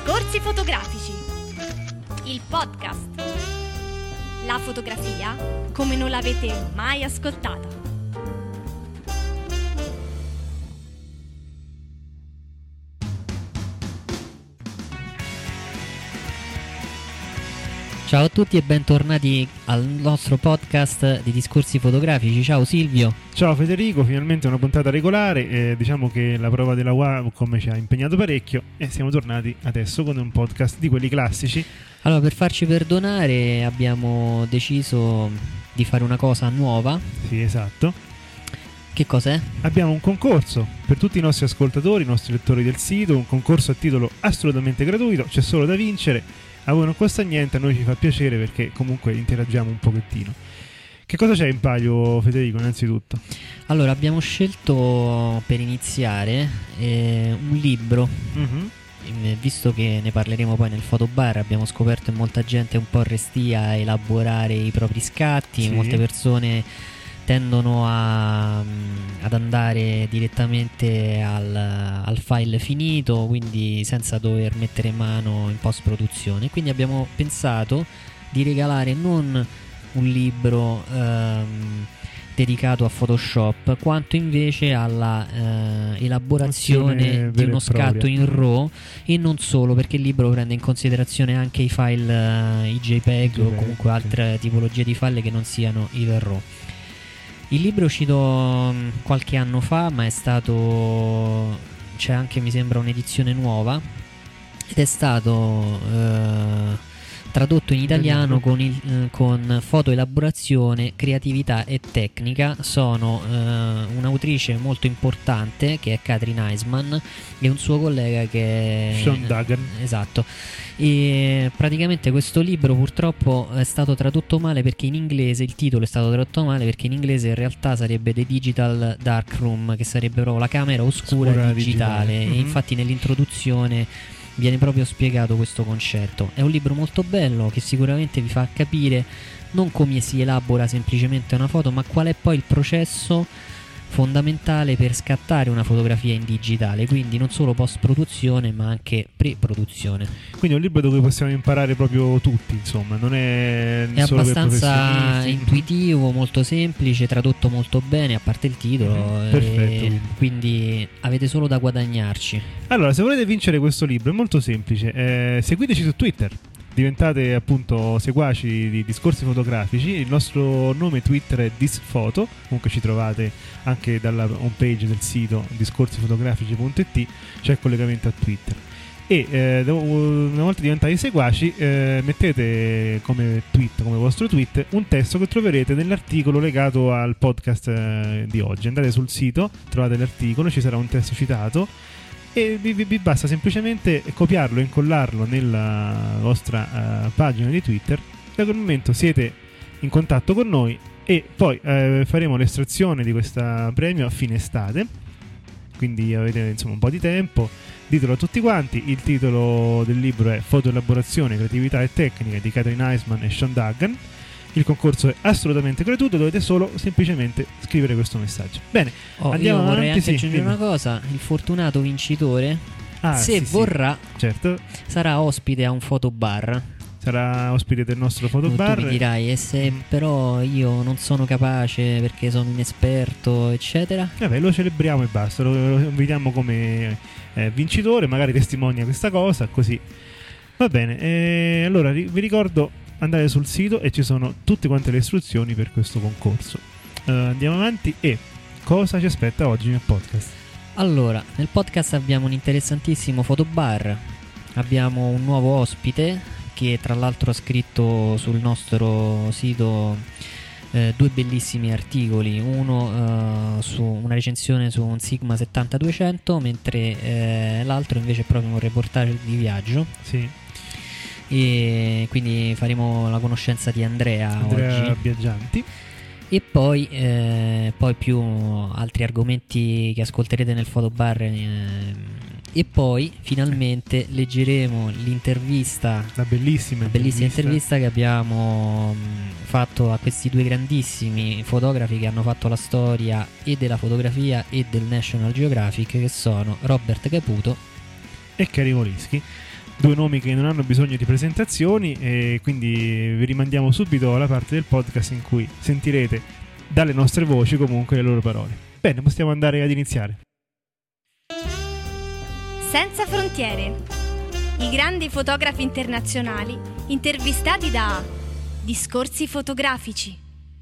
Discorsi fotografici, il podcast. La fotografia come non l'avete mai ascoltata. Ciao a tutti e bentornati al nostro podcast di discorsi fotografici. Ciao Silvio. Ciao Federico, finalmente una puntata regolare. Diciamo che la prova della Wacom ci ha impegnato parecchio e siamo tornati adesso con un podcast di quelli classici. Allora, per farci perdonare abbiamo deciso di fare una cosa nuova. Sì, esatto. Che cos'è? Abbiamo un concorso per tutti i nostri ascoltatori, i nostri lettori del sito, un concorso a titolo assolutamente gratuito, c'è solo da vincere. A voi non costa niente, a noi ci fa piacere perché comunque interagiamo un pochettino. Che cosa c'è in palio, Federico, innanzitutto? Allora, abbiamo scelto per iniziare un libro. Visto che ne parleremo poi nel fotobar, abbiamo scoperto che molta gente è un po' restia a elaborare i propri scatti. Sì. Molte persone tendono ad andare direttamente al file finito, quindi senza dover mettere mano in post produzione. Quindi abbiamo pensato di regalare non un libro dedicato a Photoshop, quanto invece alla elaborazione di uno scatto in RAW, e non solo, perché il libro prende in considerazione anche i file i JPEG o comunque altre tipologie di file che non siano il RAW. Il libro è uscito qualche anno fa, ma c'è anche, mi sembra, un'edizione nuova, ed è stato tradotto in italiano con fotoelaborazione, creatività e tecnica. Sono un'autrice molto importante che è Catherine Eisman e un suo collega che è Sean Duggan. Esatto. E praticamente questo libro purtroppo è stato tradotto male, perché in inglese il titolo è stato tradotto male, perché in inglese in realtà sarebbe The Digital Darkroom, che sarebbe proprio la camera oscura digitale. E infatti nell'introduzione viene proprio spiegato questo concetto. È un libro molto bello che sicuramente vi fa capire non come si elabora semplicemente una foto, ma qual è poi il processo fondamentale per scattare una fotografia in digitale, quindi non solo post produzione ma anche pre-produzione. Quindi è un libro dove possiamo imparare proprio tutti, insomma, non è solo abbastanza per intuitivo, molto semplice, tradotto molto bene, a parte il titolo. Perfetto. Quindi avete solo da guadagnarci. Allora, se volete vincere questo libro è molto semplice, seguiteci su Twitter. Diventate appunto seguaci di Discorsi Fotografici. Il nostro nome Twitter è Disfoto. Comunque ci trovate anche dalla homepage del sito discorsifotografici.it, c'è il collegamento a Twitter. E una volta diventati seguaci, mettete come tweet, come vostro tweet, un testo che troverete nell'articolo legato al podcast di oggi. Andate sul sito, trovate l'articolo, ci sarà un testo citato e vi basta semplicemente copiarlo e incollarlo nella vostra pagina di Twitter. Da quel momento siete in contatto con noi e poi faremo l'estrazione di questo premio a fine estate, quindi avete insomma un po' di tempo. Ditelo a tutti quanti. Il titolo del libro è Fotoelaborazione, creatività e tecnica di Catherine Eisman e Sean Duggan. Il concorso è assolutamente gratuito, dovete solo semplicemente scrivere questo messaggio. Bene, andiamo io vorrei avanti. anche aggiungere una cosa: il fortunato vincitore, se vorrà, certo, sarà ospite a un fotobar. Sarà ospite del nostro fotobar. Tu mi dirai, però io non sono capace perché sono inesperto, eccetera. Vabbè, lo celebriamo e basta, lo invitiamo come vincitore, magari testimonia questa cosa, così. Va bene, allora vi ricordo, andate sul sito e ci sono tutte quante le istruzioni per questo concorso. Andiamo avanti. E cosa ci aspetta oggi nel podcast? Allora, nel podcast abbiamo un interessantissimo fotobar. Abbiamo un nuovo ospite che tra l'altro ha scritto sul nostro sito due bellissimi articoli. Uno su una recensione su un Sigma 70-200, mentre l'altro invece è proprio un reportage di viaggio. Sì. E quindi faremo la conoscenza di Andrea oggi. Biaggianti. E poi più altri argomenti che ascolterete nel fotobar. E poi finalmente leggeremo l'intervista, la bellissima intervista che abbiamo fatto a questi due grandissimi fotografi che hanno fatto la storia e della fotografia e del National Geographic, che sono Robert Caputo e Cary Wolinski. Due nomi che non hanno bisogno di presentazioni, e quindi vi rimandiamo subito alla parte del podcast in cui sentirete dalle nostre voci comunque le loro parole. Bene, possiamo andare ad iniziare. Senza frontiere. I grandi fotografi internazionali intervistati da Discorsi fotografici.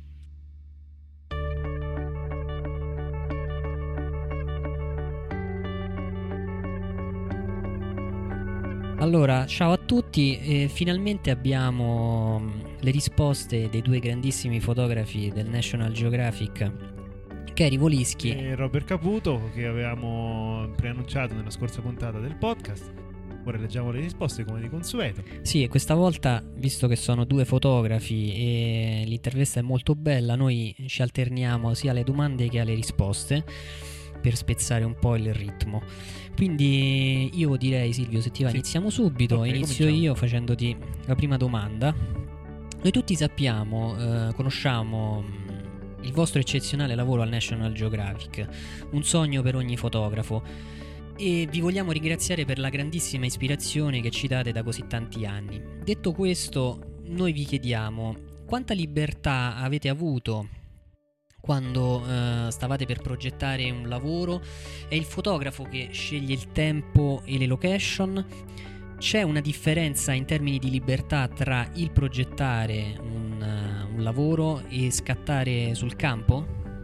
Allora, ciao a tutti, finalmente abbiamo le risposte dei due grandissimi fotografi del National Geographic, Gary Volischi e Robert Caputo, che avevamo preannunciato nella scorsa puntata del podcast. Ora leggiamo le risposte come di consueto. Sì, e questa volta, visto che sono due fotografi e l'intervista è molto bella, noi ci alterniamo sia alle domande che alle risposte per spezzare un po' il ritmo. Quindi io direi, Silvio, se ti va, iniziamo subito. Okay, inizio io facendoti la prima domanda. Noi tutti sappiamo, conosciamo il vostro eccezionale lavoro al National Geographic, un sogno per ogni fotografo, e vi vogliamo ringraziare per la grandissima ispirazione che ci date da così tanti anni. Detto questo, noi vi chiediamo quanta libertà avete avuto quando stavate per progettare un lavoro. È il fotografo che sceglie il tempo e le location? C'è una differenza in termini di libertà tra il progettare un lavoro e scattare sul campo?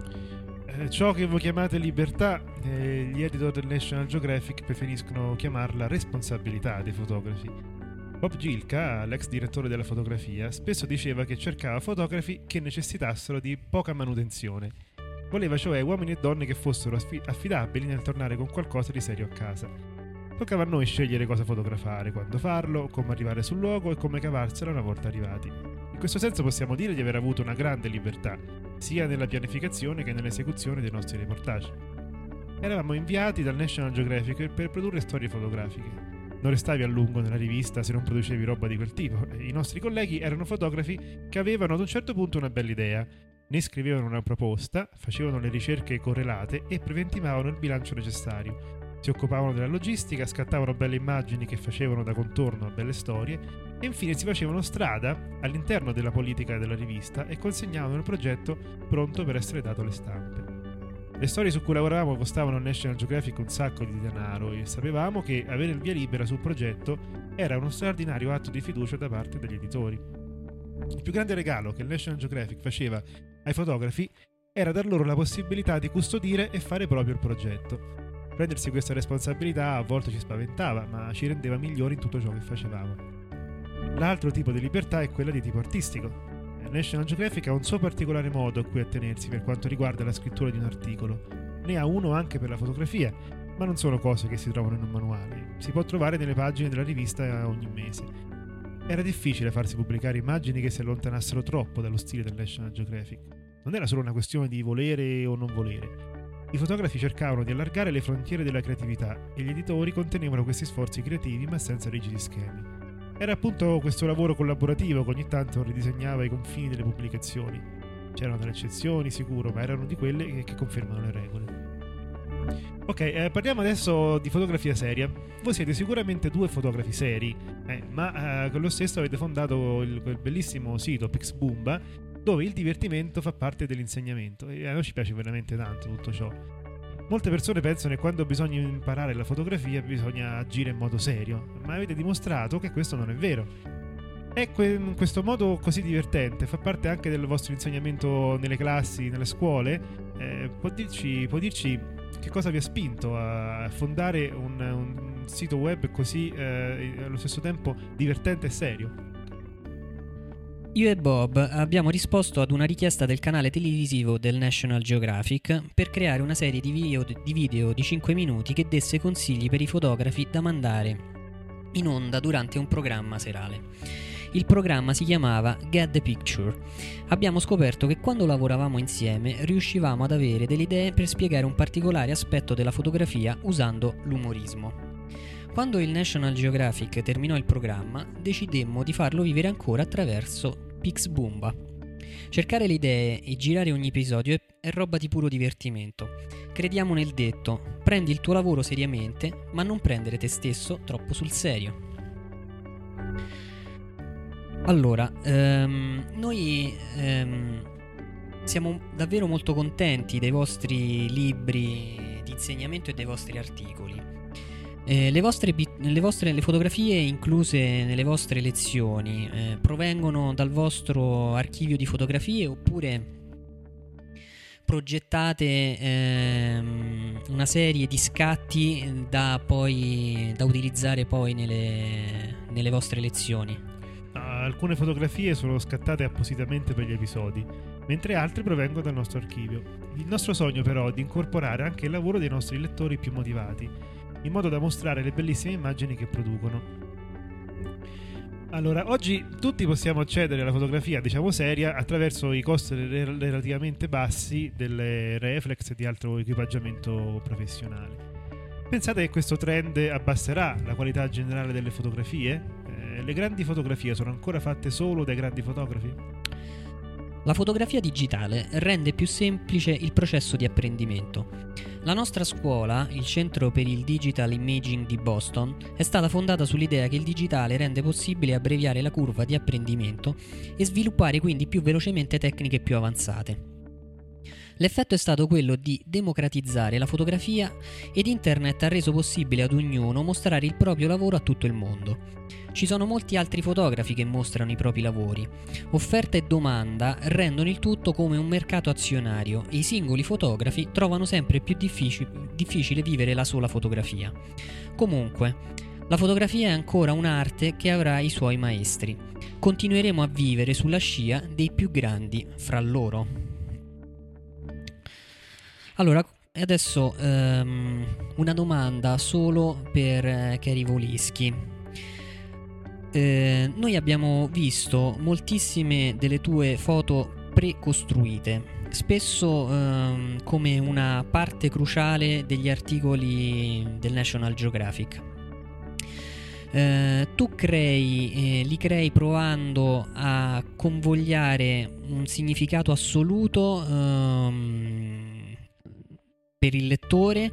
Ciò che voi chiamate libertà, gli editor del National Geographic preferiscono chiamarla responsabilità dei fotografi. Bob Gilka, l'ex direttore della fotografia, spesso diceva che cercava fotografi che necessitassero di poca manutenzione. Voleva cioè uomini e donne che fossero affidabili nel tornare con qualcosa di serio a casa. Toccava a noi scegliere cosa fotografare, quando farlo, come arrivare sul luogo e come cavarsela una volta arrivati. In questo senso possiamo dire di aver avuto una grande libertà, sia nella pianificazione che nell'esecuzione dei nostri reportage. Eravamo inviati dal National Geographic per produrre storie fotografiche. Non restavi a lungo nella rivista se non producevi roba di quel tipo. I nostri colleghi erano fotografi che avevano ad un certo punto una bella idea, ne scrivevano una proposta, facevano le ricerche correlate e preventivavano il bilancio necessario. Si occupavano della logistica, scattavano belle immagini che facevano da contorno a belle storie e infine si facevano strada all'interno della politica della rivista e consegnavano il progetto pronto per essere dato alle stampe. Le storie su cui lavoravamo costavano al National Geographic un sacco di denaro e sapevamo che avere il via libera sul progetto era uno straordinario atto di fiducia da parte degli editori. Il più grande regalo che il National Geographic faceva ai fotografi era dar loro la possibilità di custodire e fare proprio il progetto. Prendersi questa responsabilità a volte ci spaventava, ma ci rendeva migliori in tutto ciò che facevamo. L'altro tipo di libertà è quella di tipo artistico. National Geographic ha un suo particolare modo a cui attenersi per quanto riguarda la scrittura di un articolo. Ne ha uno anche per la fotografia, ma non sono cose che si trovano in un manuale. Si può trovare nelle pagine della rivista ogni mese. Era difficile farsi pubblicare immagini che si allontanassero troppo dallo stile del National Geographic. Non era solo una questione di volere o non volere. I fotografi cercavano di allargare le frontiere della creatività e gli editori contenevano questi sforzi creativi ma senza rigidi schemi. Era appunto questo lavoro collaborativo che ogni tanto ridisegnava i confini delle pubblicazioni. C'erano delle eccezioni, sicuro, ma erano di quelle che confermano le regole. Ok, parliamo adesso di fotografia seria. Voi siete sicuramente due fotografi seri, ma con lo stesso avete fondato quel bellissimo sito Pixbumba, dove il divertimento fa parte dell'insegnamento, e a noi ci piace veramente tanto tutto ciò. Molte persone pensano che quando bisogna imparare la fotografia bisogna agire in modo serio, ma avete dimostrato che questo non è vero. E questo modo così divertente fa parte anche del vostro insegnamento nelle classi, nelle scuole. Può dirci che cosa vi ha spinto a fondare un sito web così allo stesso tempo divertente e serio? Io e Bob abbiamo risposto ad una richiesta del canale televisivo del National Geographic per creare una serie di video di 5 minuti che desse consigli per i fotografi da mandare in onda durante un programma serale. Il programma si chiamava Get the Picture. Abbiamo scoperto che quando lavoravamo insieme riuscivamo ad avere delle idee per spiegare un particolare aspetto della fotografia usando l'umorismo. Quando il National Geographic terminò il programma, decidemmo di farlo vivere ancora attraverso Pixbumba. Cercare le idee e girare ogni episodio è roba di puro divertimento. Crediamo nel detto: prendi il tuo lavoro seriamente, ma non prendere te stesso troppo sul serio. Allora, noi siamo davvero molto contenti dei vostri libri di insegnamento e dei vostri articoli. Le fotografie incluse nelle vostre lezioni provengono dal vostro archivio di fotografie oppure progettate una serie di scatti da utilizzare poi nelle vostre lezioni? Alcune fotografie sono scattate appositamente per gli episodi, mentre altre provengono dal nostro archivio. Il nostro sogno però è di incorporare anche il lavoro dei nostri lettori più motivati, in modo da mostrare le bellissime immagini che producono. Allora, oggi tutti possiamo accedere alla fotografia, diciamo seria, attraverso i costi relativamente bassi delle reflex e di altro equipaggiamento professionale. Pensate che questo trend abbasserà la qualità generale delle fotografie? Le grandi fotografie sono ancora fatte solo dai grandi fotografi? La fotografia digitale rende più semplice il processo di apprendimento. La nostra scuola, il Centro per il Digital Imaging di Boston, è stata fondata sull'idea che il digitale rende possibile abbreviare la curva di apprendimento e sviluppare quindi più velocemente tecniche più avanzate. L'effetto è stato quello di democratizzare la fotografia ed Internet ha reso possibile ad ognuno mostrare il proprio lavoro a tutto il mondo. Ci sono molti altri fotografi che mostrano i propri lavori. Offerta e domanda rendono il tutto come un mercato azionario e i singoli fotografi trovano sempre più difficile vivere la sola fotografia. Comunque, la fotografia è ancora un'arte che avrà i suoi maestri. Continueremo a vivere sulla scia dei più grandi fra loro. Allora, adesso una domanda solo per Cary Wolinski. Noi abbiamo visto moltissime delle tue foto precostruite, spesso come una parte cruciale degli articoli del National Geographic. Tu li crei provando a convogliare un significato assoluto per il lettore,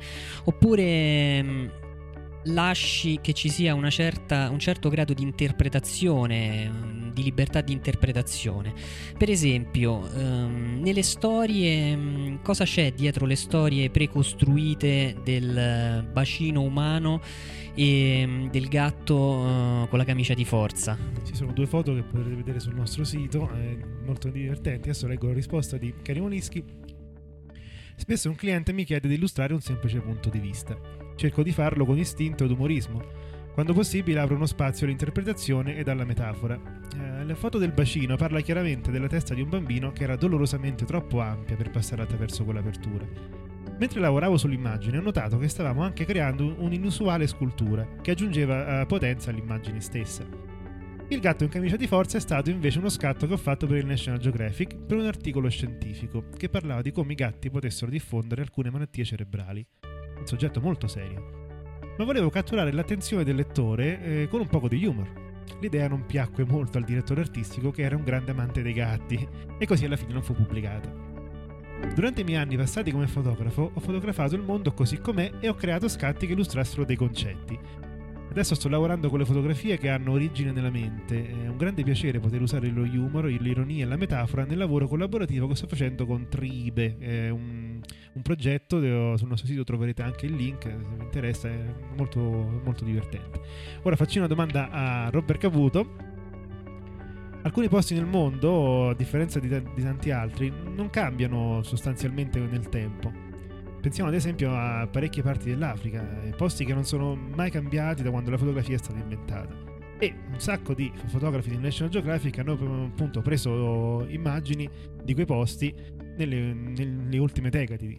oppure lasci che ci sia un certo grado di interpretazione, di libertà di interpretazione? Per esempio, nelle storie, cosa c'è dietro le storie precostruite del bacino umano e del gatto con la camicia di forza? Ci sono due foto che potrete vedere sul nostro sito, molto divertenti. Adesso leggo la risposta di Cary Wolinski. Spesso un cliente mi chiede di illustrare un semplice punto di vista. Cerco di farlo con istinto ed umorismo. Quando possibile apro uno spazio all'interpretazione ed alla metafora. La foto del bacino parla chiaramente della testa di un bambino che era dolorosamente troppo ampia per passare attraverso quell'apertura. Mentre lavoravo sull'immagine ho notato che stavamo anche creando un'inusuale scultura che aggiungeva potenza all'immagine stessa. Il gatto in camicia di forza è stato invece uno scatto che ho fatto per il National Geographic per un articolo scientifico che parlava di come i gatti potessero diffondere alcune malattie cerebrali. Un soggetto molto serio. Ma volevo catturare l'attenzione del lettore con un poco di humor. L'idea non piacque molto al direttore artistico, che era un grande amante dei gatti, e così alla fine non fu pubblicata. Durante i miei anni passati come fotografo ho fotografato il mondo così com'è e ho creato scatti che illustrassero dei concetti. Adesso sto lavorando con le fotografie che hanno origine nella mente. È un grande piacere poter usare lo humor, l'ironia e la metafora nel lavoro collaborativo che sto facendo con Tribe. È un progetto, sul nostro sito troverete anche il link se vi interessa, è molto, molto divertente. Ora faccio una domanda a Robert Caputo. Alcuni posti nel mondo, a differenza di tanti altri, non cambiano sostanzialmente nel tempo. Pensiamo ad esempio a parecchie parti dell'Africa, posti che non sono mai cambiati da quando la fotografia è stata inventata. E un sacco di fotografi di National Geographic hanno appunto preso immagini di quei posti nelle ultime decadi.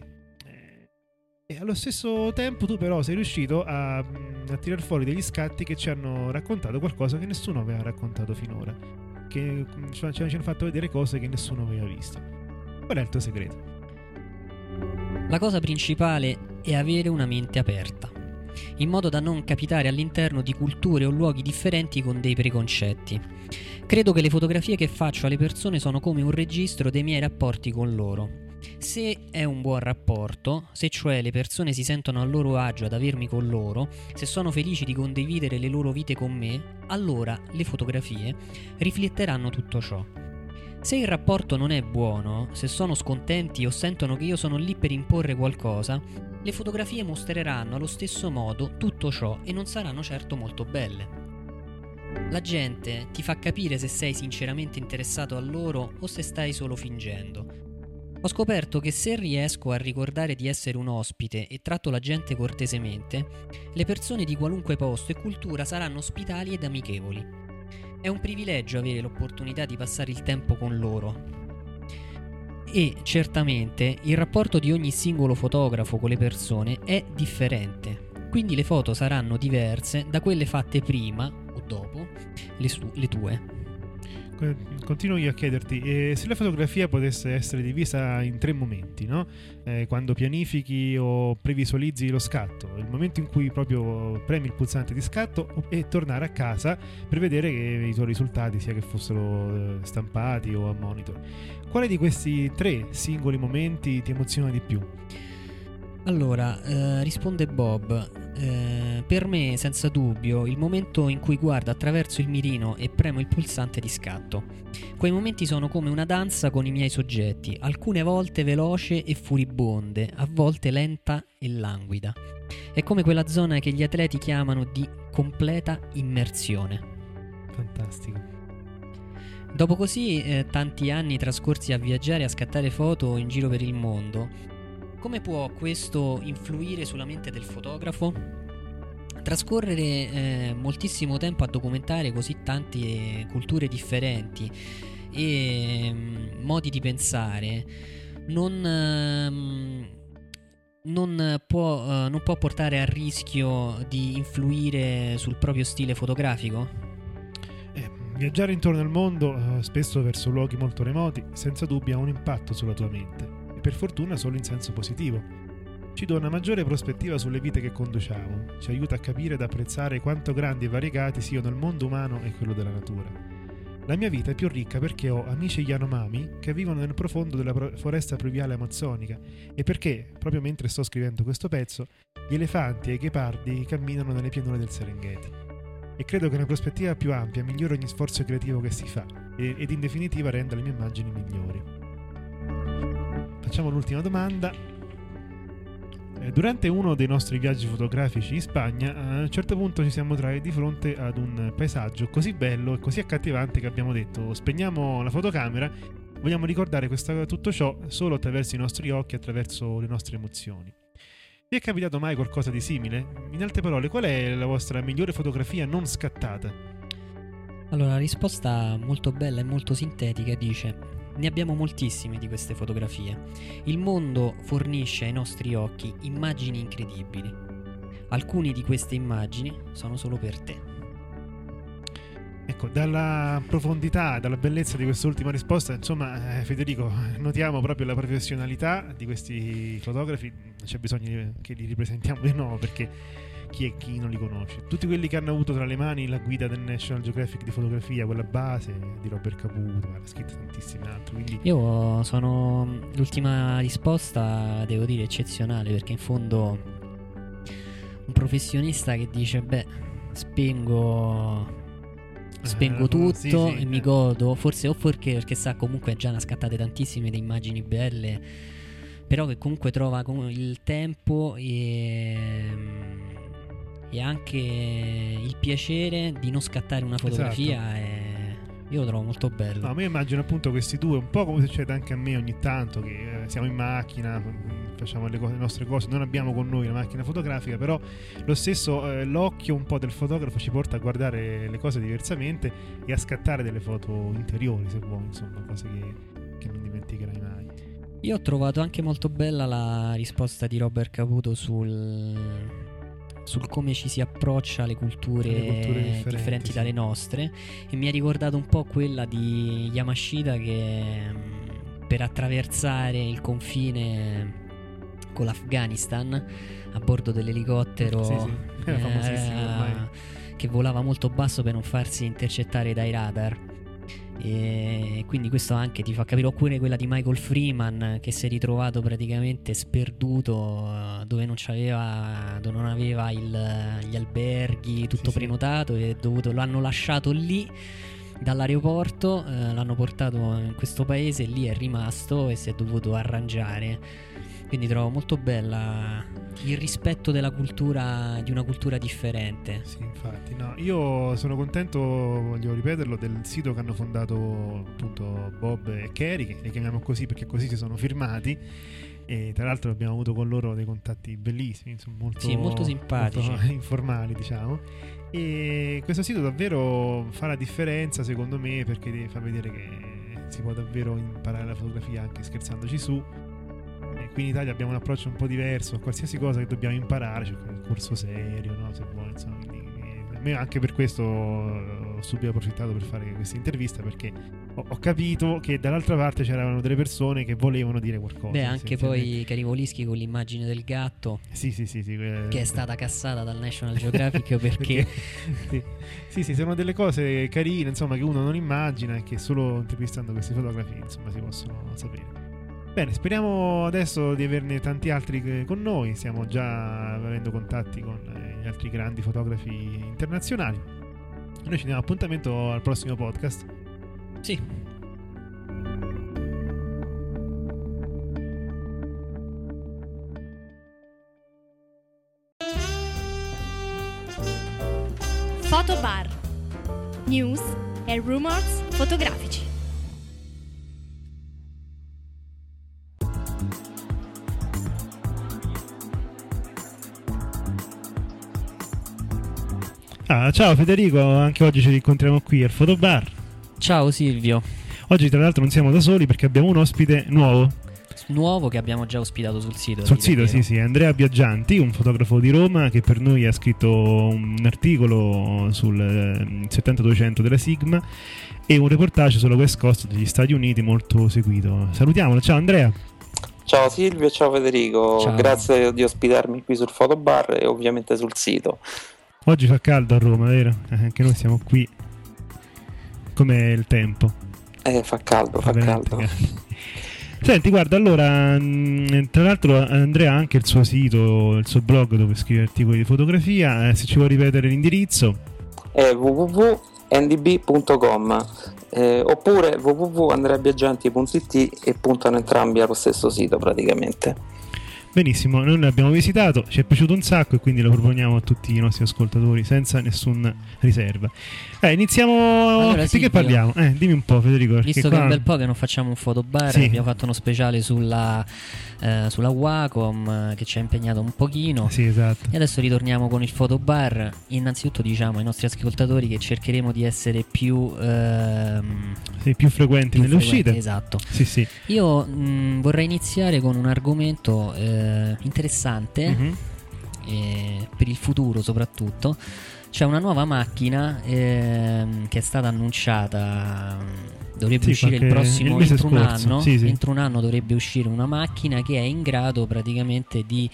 E allo stesso tempo tu però sei riuscito a tirar fuori degli scatti che ci hanno raccontato qualcosa che nessuno aveva raccontato finora, che ci hanno fatto vedere cose che nessuno aveva visto. Qual è il tuo segreto? La cosa principale è avere una mente aperta, in modo da non capitare all'interno di culture o luoghi differenti con dei preconcetti. Credo che le fotografie che faccio alle persone sono come un registro dei miei rapporti con loro. Se è un buon rapporto, se cioè le persone si sentono a loro agio ad avermi con loro, se sono felici di condividere le loro vite con me, allora le fotografie rifletteranno tutto ciò. Se il rapporto non è buono, se sono scontenti o sentono che io sono lì per imporre qualcosa, le fotografie mostreranno allo stesso modo tutto ciò e non saranno certo molto belle. La gente ti fa capire se sei sinceramente interessato a loro o se stai solo fingendo. Ho scoperto che se riesco a ricordare di essere un ospite e tratto la gente cortesemente, le persone di qualunque posto e cultura saranno ospitali ed amichevoli. È un privilegio avere l'opportunità di passare il tempo con loro. E certamente il rapporto di ogni singolo fotografo con le persone è differente, quindi le foto saranno diverse da quelle fatte prima o dopo le tue. Continuo io a chiederti, se la fotografia potesse essere divisa in 3 momenti, no? Quando pianifichi o previsualizzi lo scatto, il momento in cui proprio premi il pulsante di scatto e tornare a casa per vedere che i tuoi risultati, sia che fossero stampati o a monitor. Quale di questi 3 singoli momenti ti emoziona di più? Allora, risponde Bob, per me senza dubbio il momento in cui guardo attraverso il mirino e premo il pulsante di scatto. Quei momenti sono come una danza con i miei soggetti, alcune volte veloce e furibonde, a volte lenta e languida. È come quella zona che gli atleti chiamano di completa immersione. Fantastico. Dopo così tanti anni trascorsi a viaggiare e a scattare foto in giro per il mondo, come può questo influire sulla mente del fotografo? Trascorrere moltissimo tempo a documentare così tante culture differenti e modi di pensare non può portare a rischio di influire sul proprio stile fotografico? Viaggiare intorno al mondo, spesso verso luoghi molto remoti, senza dubbio ha un impatto sulla tua mente. Per fortuna solo in senso positivo. Ci dà una maggiore prospettiva sulle vite che conduciamo, ci aiuta a capire ed apprezzare quanto grandi e variegati siano il mondo umano e quello della natura. La mia vita è più ricca perché ho amici Yanomami che vivono nel profondo della foresta pluviale amazzonica e perché, proprio mentre sto scrivendo questo pezzo, gli elefanti e i ghepardi camminano nelle pianure del Serengeti. E credo che una prospettiva più ampia migliori ogni sforzo creativo che si fa ed in definitiva renda le mie immagini migliori. Facciamo l'ultima domanda. Durante uno dei nostri viaggi fotografici in Spagna, a un certo punto ci siamo trovati di fronte ad un paesaggio così bello e così accattivante che abbiamo detto: spegniamo la fotocamera, vogliamo ricordare tutto ciò solo attraverso i nostri occhi, attraverso le nostre emozioni. Vi è capitato mai qualcosa di simile? In altre parole, qual è la vostra migliore fotografia non scattata? Allora, la risposta molto bella e molto sintetica dice: ne abbiamo moltissime di queste fotografie. Il mondo fornisce ai nostri occhi immagini incredibili. Alcune di queste immagini sono solo per te. Ecco, dalla profondità, dalla bellezza di quest'ultima risposta, insomma, Federico, notiamo proprio la professionalità di questi fotografi. Non c'è bisogno che li ripresentiamo di nuovo, perché chi non li conosce. Tutti quelli che hanno avuto tra le mani la guida del National Geographic di fotografia, quella base di Robert Caputo, ma ha scritto tantissimi altri. Quindi io sono l'ultima risposta, devo dire, eccezionale, perché in fondo un professionista che dice: beh, spengo tutto sì, e mi godo, forse o perché sa comunque già ne ha scattate tantissime di immagini belle, però che comunque trova il tempo e anche il piacere di non scattare una fotografia. Esatto. E io lo trovo molto bello. No, a me immagino appunto questi due, un po' come succede anche a me ogni tanto, che siamo in macchina, facciamo le nostre cose, non abbiamo con noi la macchina fotografica, però lo stesso l'occhio un po' del fotografo ci porta a guardare le cose diversamente e a scattare delle foto interiori, se vuoi, insomma, cose che non dimenticherai mai. Io ho trovato anche molto bella la risposta di Robert Caputo sul come ci si approccia alle culture differenti dalle nostre, e mi ha ricordato un po' quella di Yamashita, che per attraversare il confine con l'Afghanistan a bordo dell'elicottero famosissimo ormai, che volava molto basso per non farsi intercettare dai radar, E quindi questo anche ti fa capire. Oppure quella di Michael Freeman, che si è ritrovato praticamente sperduto, dove non aveva gli alberghi, tutto prenotato, e l'hanno lasciato lì dall'aeroporto, l'hanno portato in questo paese, lì è rimasto e si è dovuto arrangiare. Quindi trovo molto bella il rispetto della cultura, di una cultura differente. Sì, infatti, no, io sono contento, voglio ripeterlo, del sito che hanno fondato appunto Bob e Kerry, che li chiamiamo così perché così si sono firmati, e tra l'altro abbiamo avuto con loro dei contatti bellissimi, insomma, molto simpatici, molto informali, diciamo. E questo sito davvero fa la differenza, secondo me, perché fa vedere che si può davvero imparare la fotografia anche scherzandoci su. E qui in Italia abbiamo un approccio un po' diverso a qualsiasi cosa che dobbiamo imparare, c'è un corso serio, no? Se vuoi, insomma, quindi, a me anche per questo ho subito approfittato per fare questa intervista, perché ho capito che dall'altra parte c'erano delle persone che volevano dire qualcosa. Beh, anche poi Carivolischi con l'immagine del gatto, sì, che è stata cassata dal National Geographic perché sì, sono delle cose carine, insomma, che uno non immagina e che solo intervistando questi fotografi, insomma, si possono sapere. Bene, speriamo adesso di averne tanti altri con noi. Stiamo già avendo contatti con gli altri grandi fotografi internazionali. Noi ci diamo appuntamento al prossimo podcast. Sì. Fotobar. News e rumors fotografici. Ciao Federico, anche oggi ci incontriamo qui al Fotobar. Ciao Silvio. Oggi tra l'altro non siamo da soli perché abbiamo un ospite nuovo che abbiamo già ospitato sul sito. Sul sito, sì, Andrea Biaggianti, un fotografo di Roma che per noi ha scritto un articolo sul 7200 della Sigma e un reportage sulla West Coast degli Stati Uniti molto seguito. Salutiamolo, ciao Andrea. Ciao Silvio, ciao Federico, ciao. Grazie di ospitarmi qui sul Fotobar e ovviamente sul sito. Oggi fa caldo a Roma, vero? Anche noi siamo qui. Com'è il tempo? Fa caldo. Senti, guarda, allora, tra l'altro Andrea ha anche il suo sito, il suo blog dove scrive articoli di fotografia. Se ci vuoi ripetere l'indirizzo? È www.ndb.com oppure www.andreabiaggianti.it e puntano entrambi allo stesso sito praticamente. Benissimo, noi l'abbiamo visitato, ci è piaciuto un sacco e quindi lo proponiamo a tutti i nostri ascoltatori senza nessuna riserva. Iniziamo. Allora, di Silvio, che parliamo? Dimmi un po', Federico. Visto che è un bel po' che non facciamo un fotobar, sì. Abbiamo fatto uno speciale sulla Wacom che ci ha impegnato un pochino. Sì, esatto. E adesso ritorniamo con il fotobar. Innanzitutto diciamo ai nostri ascoltatori che cercheremo di essere più frequenti nelle uscite. Esatto. Sì. Io vorrei iniziare con un argomento interessante per il futuro soprattutto. C'è una nuova macchina che è stata annunciata, dovrebbe uscire il prossimo, entro un anno. Sì. Entro un anno dovrebbe uscire una macchina che è in grado praticamente di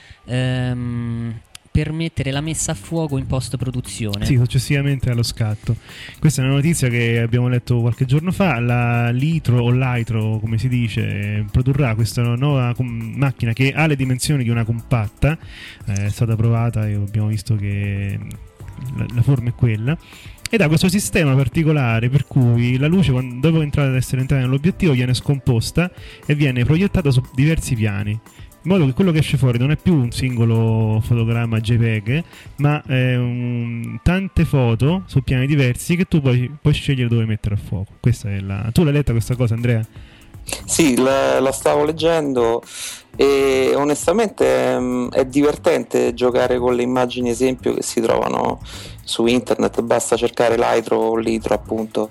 permettere la messa a fuoco in post produzione. Sì, successivamente allo scatto. Questa è una notizia che abbiamo letto qualche giorno fa. La Litro, come si dice, produrrà questa nuova macchina che ha le dimensioni di una compatta. È stata provata e abbiamo visto che la forma è quella. Ed ha questo sistema particolare per cui la luce, dopo essere entrata nell'obiettivo, viene scomposta e viene proiettata su diversi piani, in modo che quello che esce fuori non è più un singolo fotogramma JPEG, ma tante foto su piani diversi che tu puoi scegliere dove mettere a fuoco. Questa è Tu l'hai letta questa cosa, Andrea? Sì, la stavo leggendo e onestamente è divertente giocare con le immagini esempio che si trovano su internet. Basta cercare Litro o Litro, appunto.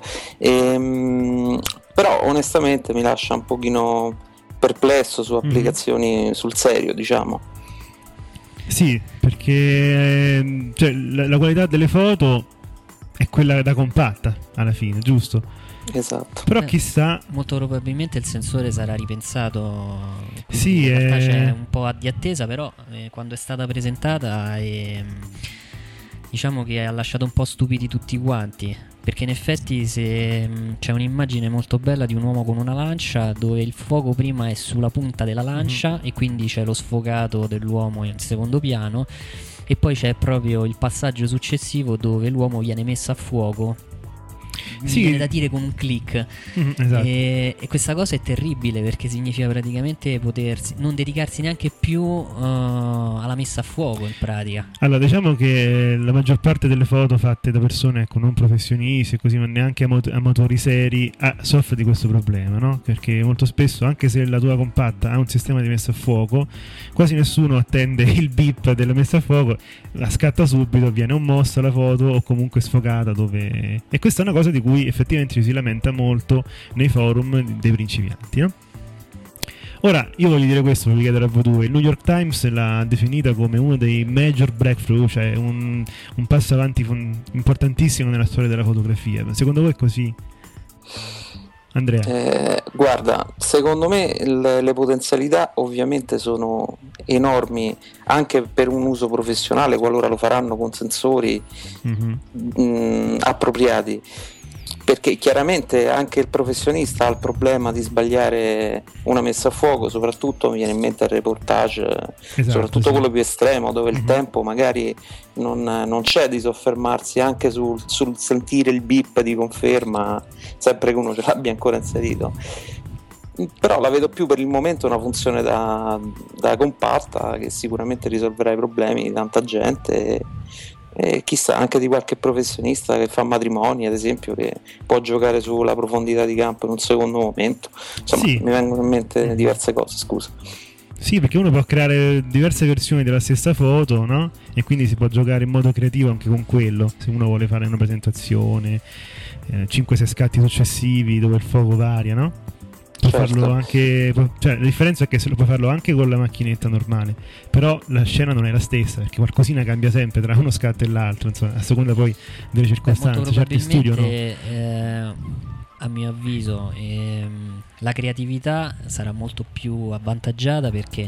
Però onestamente mi lascia un pochino perplesso su applicazioni sul serio, diciamo. Sì, perché la qualità delle foto è quella da compatta alla fine, giusto? Esatto. Però chissà, molto probabilmente il sensore sarà ripensato. Sì, in realtà c'è un po' di attesa, però quando è stata presentata diciamo che ha lasciato un po' stupidi tutti quanti, perché in effetti se c'è un'immagine molto bella di un uomo con una lancia dove il fuoco prima è sulla punta della lancia e quindi c'è lo sfogato dell'uomo in secondo piano, e poi c'è proprio il passaggio successivo dove l'uomo viene messo a fuoco, viene da dire con un click. Esatto. E questa cosa è terribile, perché significa praticamente potersi non dedicarsi neanche più alla messa a fuoco, in pratica. Allora, diciamo che la maggior parte delle foto fatte da persone, ecco, non professionisti e così, ma neanche amatori seri, soffre di questo problema, no? Perché molto spesso, anche se la tua compatta ha un sistema di messa a fuoco, quasi nessuno attende il beep della messa a fuoco, la scatta subito, viene un mosso alla foto o comunque sfocata e questa è una cosa di cui effettivamente ci si lamenta molto nei forum dei principianti, no? Ora, io voglio dire questo, voglio chiedere a voi due. Il New York Times l'ha definita come uno dei major breakthrough, cioè un passo avanti importantissimo nella storia della fotografia. Secondo voi è così? Andrea? Guarda, secondo me le potenzialità ovviamente sono enormi anche per un uso professionale, qualora lo faranno con sensori appropriati, perché chiaramente anche il professionista ha il problema di sbagliare una messa a fuoco, soprattutto mi viene in mente il reportage, soprattutto quello più estremo, dove il tempo magari non c'è di soffermarsi anche sul sentire il beep di conferma, sempre che uno ce l'abbia ancora inserito. Però la vedo più per il momento una funzione da compatta, che sicuramente risolverà i problemi di tanta gente e chissà anche di qualche professionista che fa matrimoni, ad esempio, che può giocare sulla profondità di campo in un secondo momento. Insomma, mi vengono in mente diverse cose, scusa. Sì, perché uno può creare diverse versioni della stessa foto, no? E quindi si può giocare in modo creativo anche con quello, se uno vuole fare una presentazione, 5-6 scatti successivi dove il fuoco varia, no? Può farlo anche, cioè la differenza è che se lo puoi farlo anche con la macchinetta normale, però la scena non è la stessa, perché qualcosina cambia sempre tra uno scatto e l'altro, insomma, a seconda poi delle circostanze. Certi studio no. A mio avviso la creatività sarà molto più avvantaggiata, perché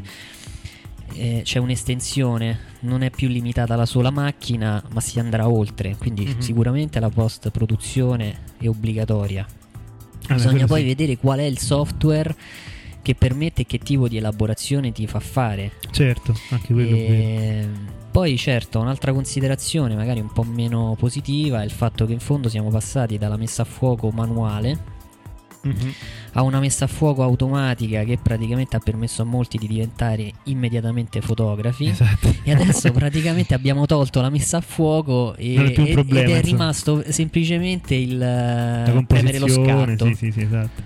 c'è un'estensione, non è più limitata alla sola macchina, ma si andrà oltre, quindi sicuramente la post produzione è obbligatoria. Bisogna poi vedere qual è il software che permette e che tipo di elaborazione ti fa fare. Certo, anche quello. Poi certo, un'altra considerazione magari un po' meno positiva è il fatto che in fondo siamo passati dalla messa a fuoco manuale a una messa a fuoco automatica, che praticamente ha permesso a molti di diventare immediatamente fotografi. E adesso praticamente abbiamo tolto la messa a fuoco ed è rimasto semplicemente il premere lo scatto. Sì, esatto.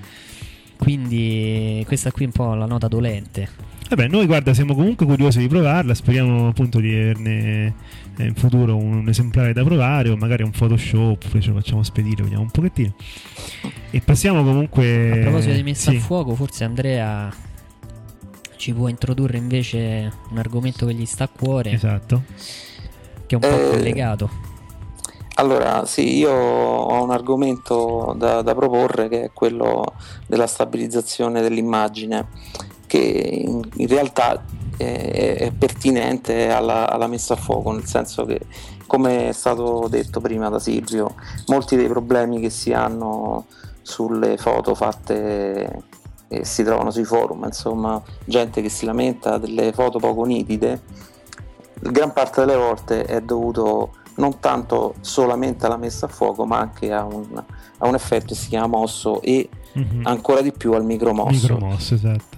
Quindi questa qui è un po' la nota dolente. Vabbè, noi guarda, siamo comunque curiosi di provarla, speriamo appunto di averne in futuro un esemplare da provare, o magari un Photoshop, poi ce lo facciamo spedire, vediamo un pochettino. E passiamo comunque... A proposito di messa a fuoco, forse Andrea ci può introdurre invece un argomento che gli sta a cuore. Esatto. Che è un po' collegato. Allora, sì, io ho un argomento da proporre, che è quello della stabilizzazione dell'immagine, che in realtà è pertinente alla messa a fuoco, nel senso che, come è stato detto prima da Silvio, molti dei problemi che si hanno sulle foto fatte e si trovano sui forum, insomma, gente che si lamenta delle foto poco nitide, gran parte delle volte è dovuto non tanto solamente alla messa a fuoco, ma anche a un effetto che si chiama mosso, e ancora di più al micromosso. Micromosso, esatto.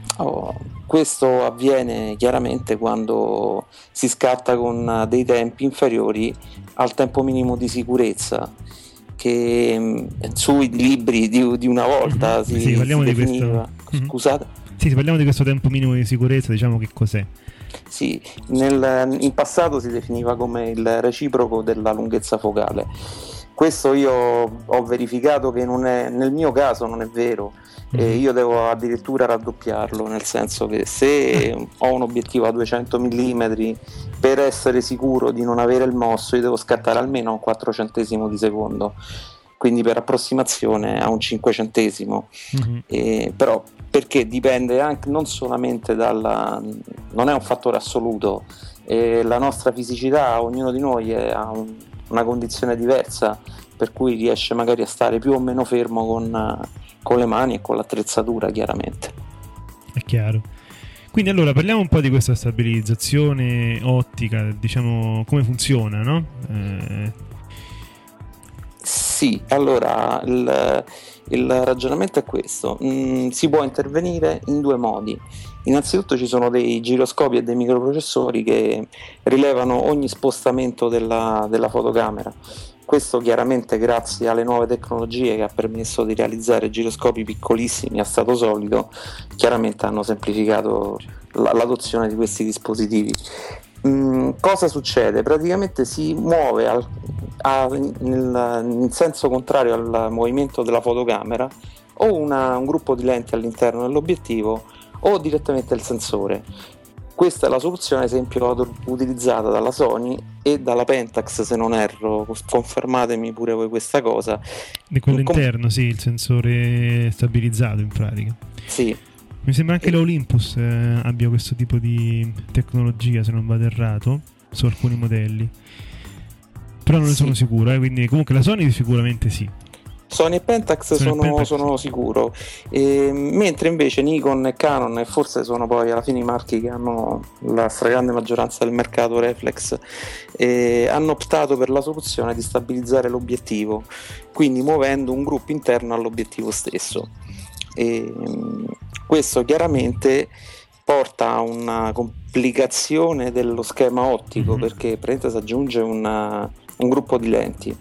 Questo avviene chiaramente quando si scatta con dei tempi inferiori al tempo minimo di sicurezza, che sui libri di una volta si definiva. Scusate? Sì, se parliamo di questo tempo minimo di sicurezza, diciamo che cos'è? Sì, in passato si definiva come il reciproco della lunghezza focale. Questo io ho verificato che nel mio caso non è vero. Io devo addirittura raddoppiarlo, nel senso che se ho un obiettivo a 200 mm, per essere sicuro di non avere il mosso, io devo scattare almeno a un 400esimo di secondo, quindi per approssimazione a un 500esimo. Però perché dipende anche non solamente non è un fattore assoluto, e la nostra fisicità, ognuno di noi ha una condizione diversa, per cui riesce magari a stare più o meno fermo con le mani e con l'attrezzatura, chiaramente. È chiaro. Quindi allora parliamo un po' di questa stabilizzazione ottica, diciamo come funziona, no? Sì, allora il ragionamento è questo. Si può intervenire in due modi. Innanzitutto ci sono dei giroscopi e dei microprocessori che rilevano ogni spostamento della fotocamera. Questo chiaramente grazie alle nuove tecnologie che ha permesso di realizzare giroscopi piccolissimi a stato solido, chiaramente hanno semplificato l'adozione di questi dispositivi. Cosa succede? Praticamente si muove in senso contrario al movimento della fotocamera o un gruppo di lenti all'interno dell'obiettivo o direttamente il sensore. Questa è la soluzione, ad esempio, utilizzata dalla Sony e dalla Pentax, se non erro, confermatemi pure voi questa cosa. Di quello interno, sì, il sensore stabilizzato in pratica. Sì. Mi sembra anche l'Olympus abbia questo tipo di tecnologia, se non vado errato, su alcuni modelli. Però non ne sono sicuro, quindi comunque la Sony sicuramente sì. Sony e Pentax sono sicuro, mentre invece Nikon e Canon, e forse sono poi alla fine i marchi che hanno la stragrande maggioranza del mercato reflex, hanno optato per la soluzione di stabilizzare l'obiettivo, quindi muovendo un gruppo interno all'obiettivo stesso. Questo chiaramente porta a una complicazione dello schema ottico, perché praticamente si aggiunge un gruppo di lenti.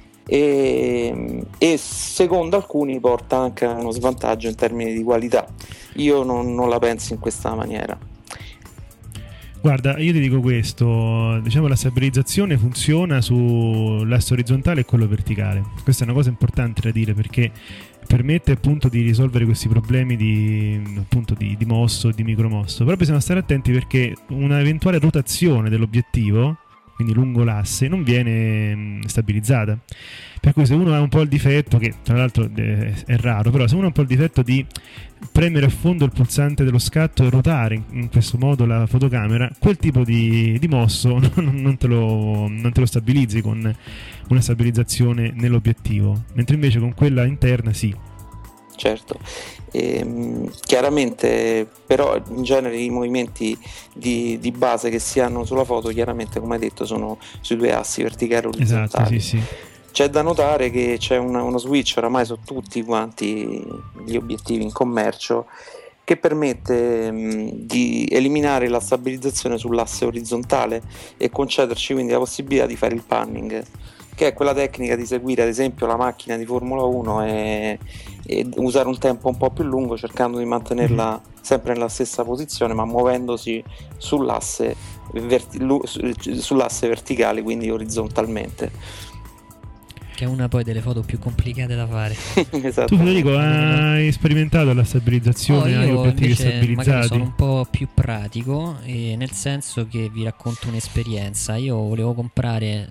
E secondo alcuni porta anche a uno svantaggio in termini di qualità. Io non la penso in questa maniera. Guarda, io ti dico questo, diciamo la stabilizzazione funziona sull'asse orizzontale e quello verticale. Questa è una cosa importante da dire, perché permette appunto di risolvere questi problemi di mosso e di micromosso. Però bisogna stare attenti, perché una eventuale rotazione dell'obiettivo, quindi lungo l'asse, non viene stabilizzata. Per cui se uno ha un po' il difetto, che tra l'altro è raro, però se uno ha un po' il difetto di premere a fondo il pulsante dello scatto e ruotare in questo modo la fotocamera, quel tipo di mosso non te lo stabilizzi con una stabilizzazione nell'obiettivo, mentre invece con quella interna sì. Certo, chiaramente però in genere i movimenti di base che si hanno sulla foto, chiaramente come hai detto, sono sui due assi, verticali e orizzontali. Esatto, sì. C'è da notare che c'è uno switch oramai su tutti quanti gli obiettivi in commercio che permette di eliminare la stabilizzazione sull'asse orizzontale e concederci quindi la possibilità di fare il panning, che è quella tecnica di seguire ad esempio la macchina di Formula 1 e usare un tempo un po' più lungo, cercando di mantenerla sempre nella stessa posizione ma muovendosi sull'asse verticale, quindi orizzontalmente, che è una poi delle foto più complicate da fare. Tu, Federico, hai sperimentato la stabilizzazione? Hai obiettivi stabilizzati? Magari sono un po' più pratico, nel senso che vi racconto un'esperienza. Io volevo comprare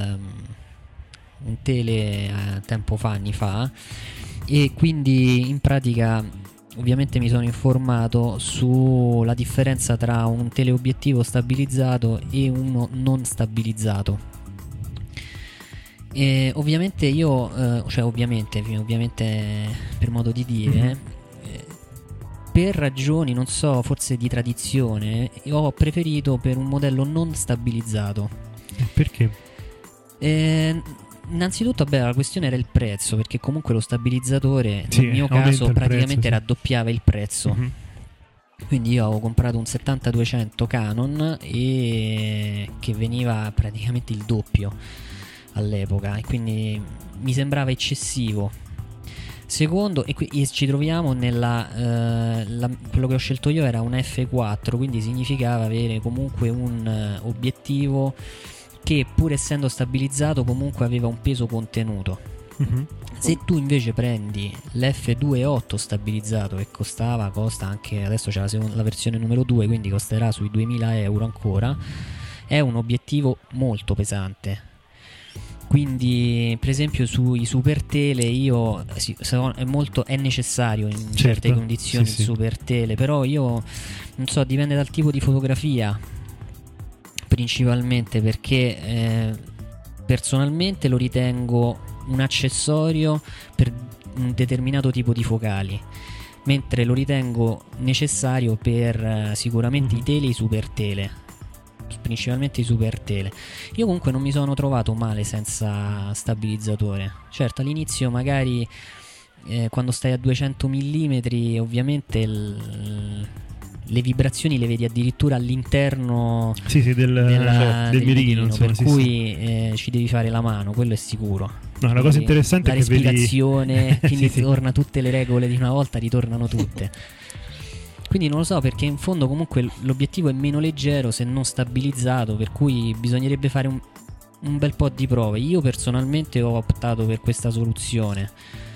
un tele tempo fa, anni fa, e quindi in pratica ovviamente mi sono informato sulla differenza tra un teleobiettivo stabilizzato e uno non stabilizzato. E ovviamente io, ovviamente per modo di dire, per ragioni, non so, forse di tradizione, ho preferito per un modello non stabilizzato. Perché? Innanzitutto, la questione era il prezzo, perché comunque lo stabilizzatore nel mio caso praticamente raddoppiava il prezzo. Quindi io avevo comprato un 70-200 Canon e che veniva praticamente il doppio all'epoca, e quindi mi sembrava eccessivo. Secondo, e ci troviamo quello che ho scelto io era un F4, quindi significava avere comunque un obiettivo che, pur essendo stabilizzato, comunque aveva un peso contenuto. Se tu invece prendi l'F2.8 stabilizzato, che costa anche adesso, c'è la versione numero 2, quindi costerà sui 2000 euro ancora, è un obiettivo molto pesante. Quindi per esempio sui super tele è necessario in certe condizioni il super tele, però io non so, dipende dal tipo di fotografia. principalmente perché personalmente lo ritengo un accessorio per un determinato tipo di focali, mentre lo ritengo necessario per sicuramente i tele e i super tele, principalmente i super tele. Io comunque non mi sono trovato male senza stabilizzatore. Certo, all'inizio magari quando stai a 200 mm ovviamente le vibrazioni le vedi addirittura all'interno del mirino, per cui ci devi fare la mano, quello è sicuro. No, la cosa interessante è che la respirazione, quindi sì. torna tutte le regole di una volta, ritornano tutte. Quindi non lo so, perché in fondo comunque l'obiettivo è meno leggero se non stabilizzato, per cui bisognerebbe fare un bel po' di prove. Io personalmente ho optato per questa soluzione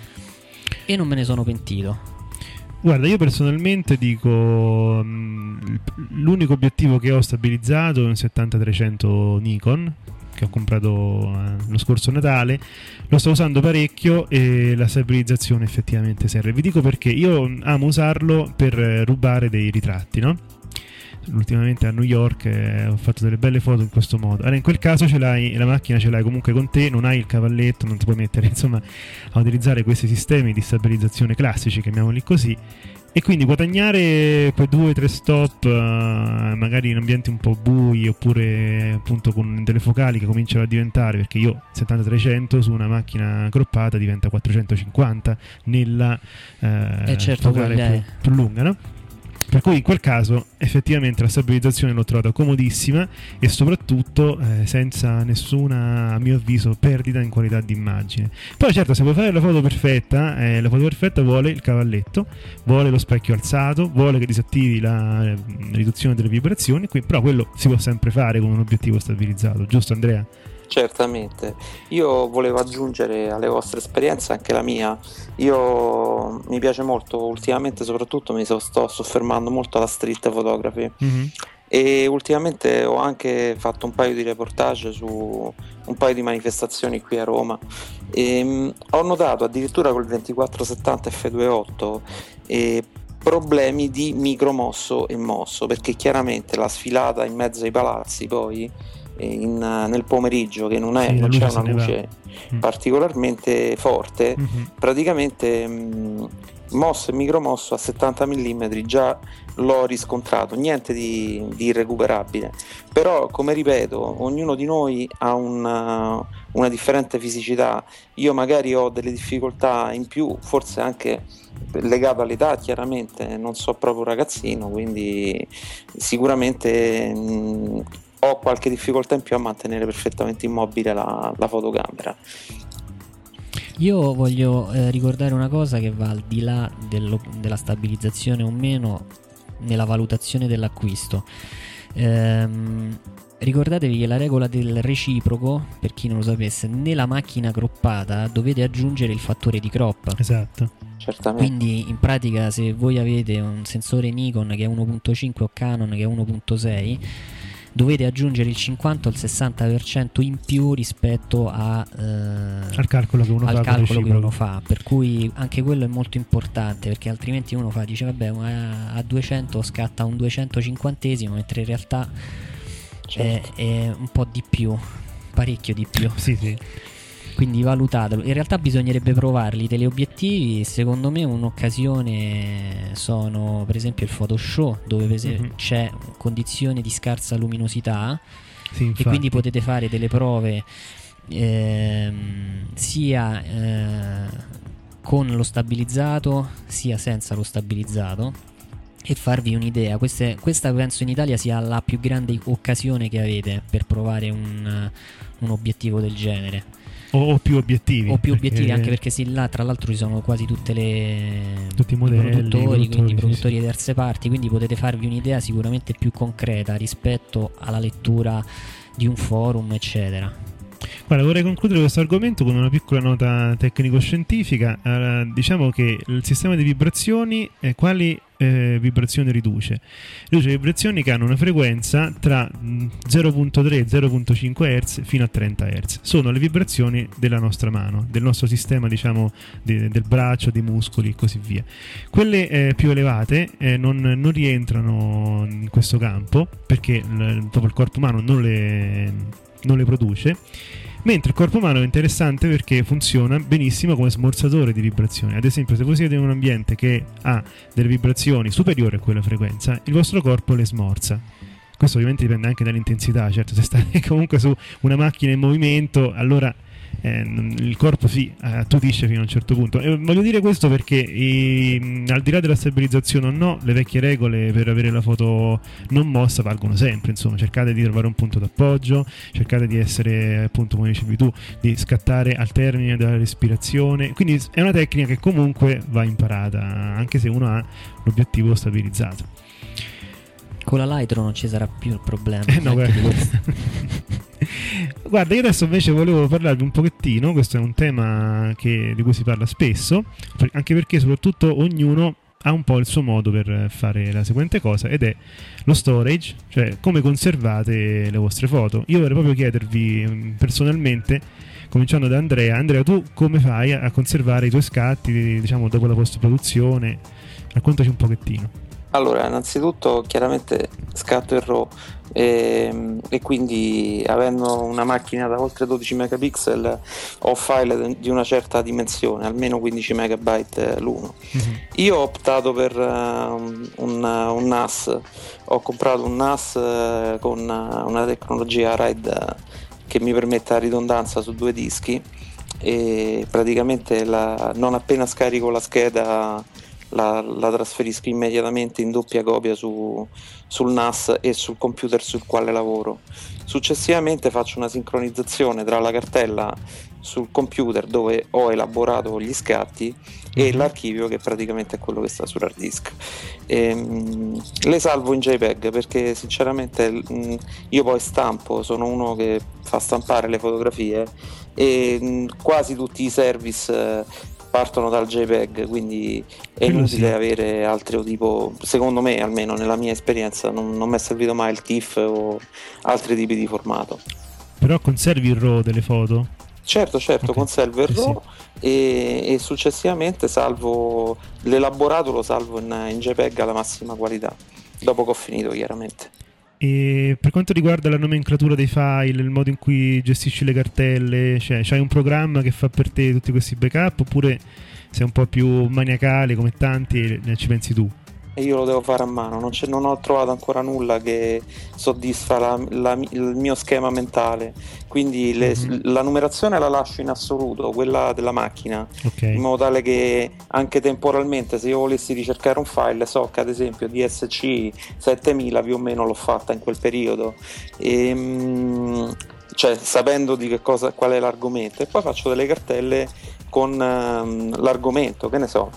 e non me ne sono pentito. Guarda, io personalmente dico l'unico obiettivo che ho stabilizzato è un 70-300 Nikon che ho comprato lo scorso Natale. Lo sto usando parecchio e la stabilizzazione effettivamente serve. Vi dico perché: io amo usarlo per rubare dei ritratti, no? Ultimamente a New York ho fatto delle belle foto in questo modo. Allora, in quel caso ce l'hai, la macchina ce l'hai comunque con te, non hai il cavalletto, non ti puoi mettere insomma a utilizzare questi sistemi di stabilizzazione classici, chiamiamoli così, e quindi guadagnare quei 2-3 stop magari in ambienti un po' bui, oppure appunto con delle focali che cominciano a diventare, perché io 70-300 su una macchina croppata diventa 450 nella certo, focale più lunga, no? Per cui in quel caso effettivamente la stabilizzazione l'ho trovata comodissima e soprattutto senza nessuna, a mio avviso, perdita in qualità di immagine. Poi certo, se vuoi fare la foto perfetta vuole il cavalletto, vuole lo specchio alzato, vuole che disattivi la riduzione delle vibrazioni, però quello si può sempre fare con un obiettivo stabilizzato, giusto Andrea? Certamente. Io volevo aggiungere alle vostre esperienze anche la mia. Mi piace molto, ultimamente soprattutto sto soffermando molto alla street photography. E ultimamente ho anche fatto un paio di reportage su un paio di manifestazioni qui a Roma e ho notato addirittura col 2470 f2.8 problemi di micromosso e mosso, perché chiaramente la sfilata in mezzo ai palazzi poi nel pomeriggio, che non c'è una luce particolarmente forte, praticamente mosso e micromosso a 70 mm già l'ho riscontrato, niente di irrecuperabile. Però, come ripeto, ognuno di noi ha una differente fisicità. Io magari ho delle difficoltà in più, forse anche legato all'età, chiaramente non so proprio un ragazzino, quindi sicuramente ho qualche difficoltà in più a mantenere perfettamente immobile la fotocamera. Io voglio ricordare una cosa che va al di là della stabilizzazione o meno nella valutazione dell'acquisto. Ricordatevi che la regola del reciproco, per chi non lo sapesse, nella macchina croppata dovete aggiungere il fattore di crop. Esatto. Certamente. Quindi in pratica, se voi avete un sensore Nikon che è 1.5 o Canon che è 1.6, dovete aggiungere il 50 o il 60% in più rispetto al calcolo che uno fa, per cui anche quello è molto importante, perché altrimenti uno dice vabbè, a 200 scatta un 250esimo, mentre in realtà è un po' di più, parecchio di più. Sì. Quindi valutatelo. In realtà bisognerebbe provarli. I teleobiettivi, secondo me, un'occasione sono per esempio il Photoshop, dove per esempio c'è condizione di scarsa luminosità, e quindi potete fare delle prove sia con lo stabilizzato sia senza lo stabilizzato, e farvi un'idea. Questa penso in Italia sia la più grande occasione che avete per provare un obiettivo del genere. O più obiettivi. Anche perché là tra l'altro ci sono quasi tutti i modelli, quindi produttori di terze parti, quindi potete farvi un'idea sicuramente più concreta rispetto alla lettura di un forum, eccetera. Guarda, vorrei concludere questo argomento con una piccola nota tecnico-scientifica. Diciamo che il sistema di vibrazioni, quali vibrazione riduce vibrazioni che hanno una frequenza tra 0.3 e 0.5 Hz fino a 30 Hz. Sono le vibrazioni della nostra mano, del nostro sistema, diciamo, del braccio, dei muscoli e così via. Quelle più elevate non rientrano in questo campo, perché proprio il corpo umano non le produce, mentre il corpo umano è interessante perché funziona benissimo come smorzatore di vibrazioni. Ad esempio, se voi siete in un ambiente che ha delle vibrazioni superiori a quella frequenza, il vostro corpo le smorza. Questo ovviamente dipende anche dall'intensità. Certo, se state comunque su una macchina in movimento, allora il corpo si attutisce fino a un certo punto. Voglio dire questo perché al di là della stabilizzazione o no, le vecchie regole per avere la foto non mossa valgono sempre. Insomma, cercate di trovare un punto d'appoggio, cercate di essere, appunto, come dicevi tu, di scattare al termine della respirazione. Quindi è una tecnica che comunque va imparata, anche se uno ha l'obiettivo stabilizzato. Con la Lightroom non ci sarà più il problema. No, guarda, io adesso invece volevo parlarvi un pochettino. Questo è un tema di cui si parla spesso, anche perché soprattutto ognuno ha un po' il suo modo per fare la seguente cosa, ed è lo storage, cioè come conservate le vostre foto. Io vorrei proprio chiedervi personalmente, cominciando da Andrea, tu come fai a conservare i tuoi scatti, diciamo, dopo la post-produzione? Raccontaci un pochettino. Allora, innanzitutto chiaramente scatto in RAW e quindi, avendo una macchina da oltre 12 megapixel, ho file di una certa dimensione, almeno 15 megabyte l'uno. Io ho optato per un NAS, ho comprato un NAS con una tecnologia RAID che mi permette la ridondanza su 2 dischi, e praticamente non appena scarico la scheda la trasferisco immediatamente in doppia copia sul NAS e sul computer sul quale lavoro. Successivamente faccio una sincronizzazione tra la cartella sul computer dove ho elaborato gli scatti e l'archivio, che praticamente è quello che sta sull'hard disk. Le salvo in JPEG perché sinceramente io poi stampo, sono uno che fa stampare le fotografie, e quasi tutti i service partono dal JPEG, quindi è inutile avere altro tipo, secondo me, almeno nella mia esperienza, non mi è servito mai il TIFF o altri tipi di formato. Però conservi il RAW delle foto? Certo, okay. Conservo il RAW e successivamente salvo l'elaborato, lo salvo in JPEG alla massima qualità, dopo che ho finito, chiaramente. E per quanto riguarda la nomenclatura dei file, il modo in cui gestisci le cartelle, cioè c'hai un programma che fa per te tutti questi backup, oppure sei un po' più maniacale come tanti e ci pensi tu? E io lo devo fare a mano, non ho trovato ancora nulla che soddisfa il mio schema mentale, quindi la numerazione la lascio in assoluto, quella della macchina, in modo tale che anche temporalmente, se io volessi ricercare un file, so che ad esempio DSC 7000 più o meno l'ho fatta in quel periodo, cioè sapendo di qual è l'argomento, e poi faccio delle cartelle con l'argomento, che ne so,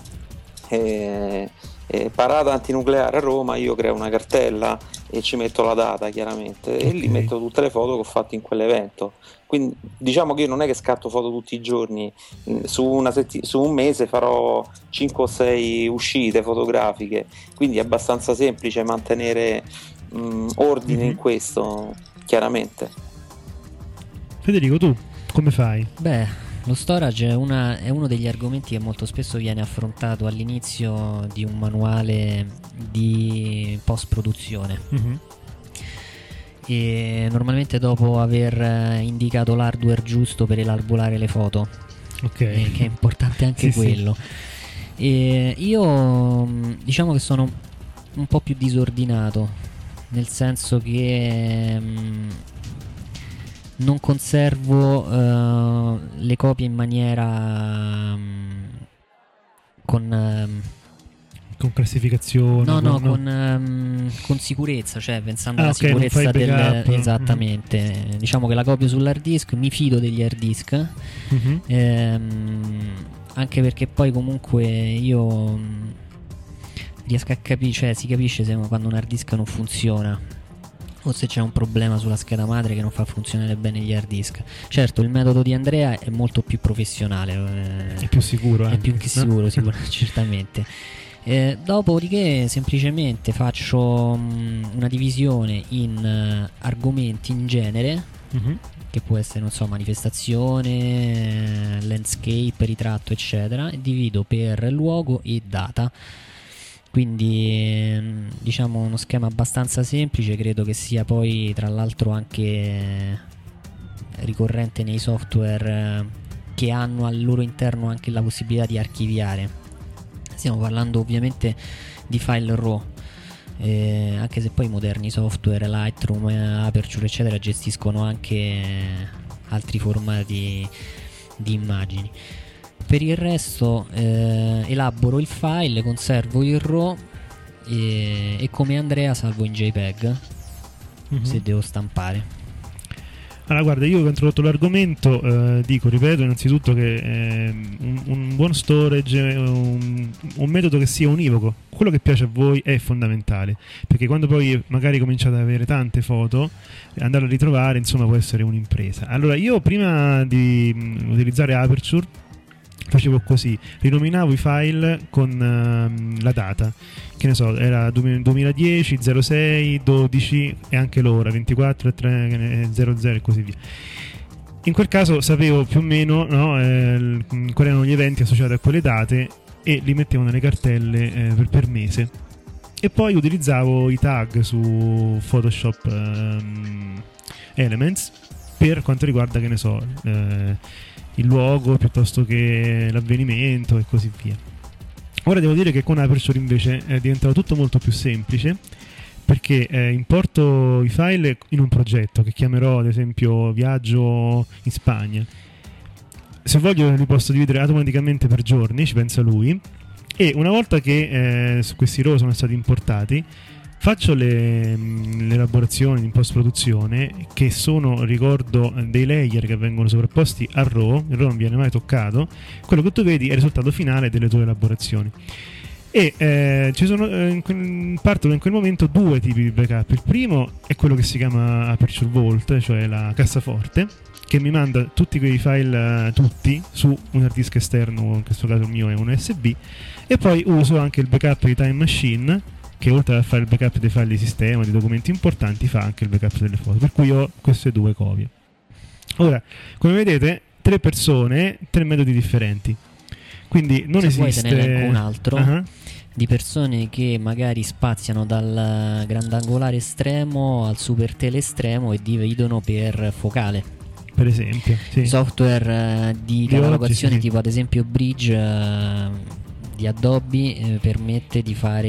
parata antinucleare a Roma, io creo una cartella e ci metto la data, chiaramente, e lì metto tutte le foto che ho fatto in quell'evento. Quindi diciamo che io non è che scatto foto tutti i giorni, su un mese farò 5 o 6 uscite fotografiche, quindi è abbastanza semplice mantenere ordine in questo, chiaramente. Federico, tu come fai? Lo storage è uno degli argomenti che molto spesso viene affrontato all'inizio di un manuale di post-produzione. E normalmente dopo aver indicato l'hardware giusto per elaborare le foto, che è importante anche quello. E io diciamo che sono un po' più disordinato, nel senso che non conservo le copie in maniera con classificazione, con sicurezza, cioè pensando alla sicurezza esattamente. Diciamo che la copio sull'hard disk, mi fido degli hard disk, anche perché poi comunque io riesco a capire, cioè si capisce quando un hard disk non funziona o se c'è un problema sulla scheda madre che non fa funzionare bene gli hard disk. Certo, il metodo di Andrea è molto più professionale, è più sicuro, è più sicuro, certamente. Dopodiché semplicemente faccio una divisione in argomenti in genere, che può essere, non so, manifestazione, landscape, ritratto, eccetera, e divido per luogo e data. Quindi diciamo uno schema abbastanza semplice, credo che sia poi tra l'altro anche ricorrente nei software che hanno al loro interno anche la possibilità di archiviare. Stiamo parlando ovviamente di file RAW, anche se poi i moderni software, Lightroom, Aperture eccetera, gestiscono anche altri formati di immagini. Per il resto elaboro il file, conservo il RAW e come Andrea salvo in JPEG se devo stampare. Allora, guarda, io ho introdotto l'argomento, ripeto innanzitutto che un buon storage, un metodo che sia univoco, quello che piace a voi è fondamentale, perché quando poi magari cominciate ad avere tante foto, andarle a ritrovare, insomma, può essere un'impresa. Allora, io prima di utilizzare Aperture facevo così, rinominavo i file con la data, che ne so, era 2010, 06, 12 e anche l'ora, 24, 3, 00 e così via. In quel caso sapevo più o meno, no, quali erano gli eventi associati a quelle date e li mettevo nelle cartelle per mese. E poi utilizzavo i tag su Photoshop Elements per quanto riguarda, che ne so, il luogo piuttosto che l'avvenimento e così via. Ora devo dire che con Aperture invece è diventato tutto molto più semplice, perché importo i file in un progetto che chiamerò ad esempio Viaggio in Spagna. Se voglio li posso dividere automaticamente per giorni, ci pensa lui, e una volta che questi RAW sono stati importati faccio le elaborazioni in post-produzione, che sono, ricordo, dei layer che vengono sovrapposti al RAW. Il RAW non viene mai toccato, quello che tu vedi è il risultato finale delle tue elaborazioni. E ci sono partono in quel momento due tipi di backup. Il primo è quello che si chiama Aperture Vault, cioè la cassaforte, che mi manda tutti quei file tutti su un hard disk esterno, in questo caso il mio è un USB, e poi uso anche il backup di Time Machine, che oltre a fare il backup dei file di sistema, di documenti importanti, fa anche il backup delle foto, per cui ho queste due copie. Ora, come vedete, 3 persone, 3 metodi differenti, quindi non esiste. Poi te ne elenco un altro di persone che magari spaziano dal grandangolare estremo al super tele estremo e dividono per focale, per esempio, sì. Software di catalogazione, sì. tipo ad esempio Bridge di Adobe permette di fare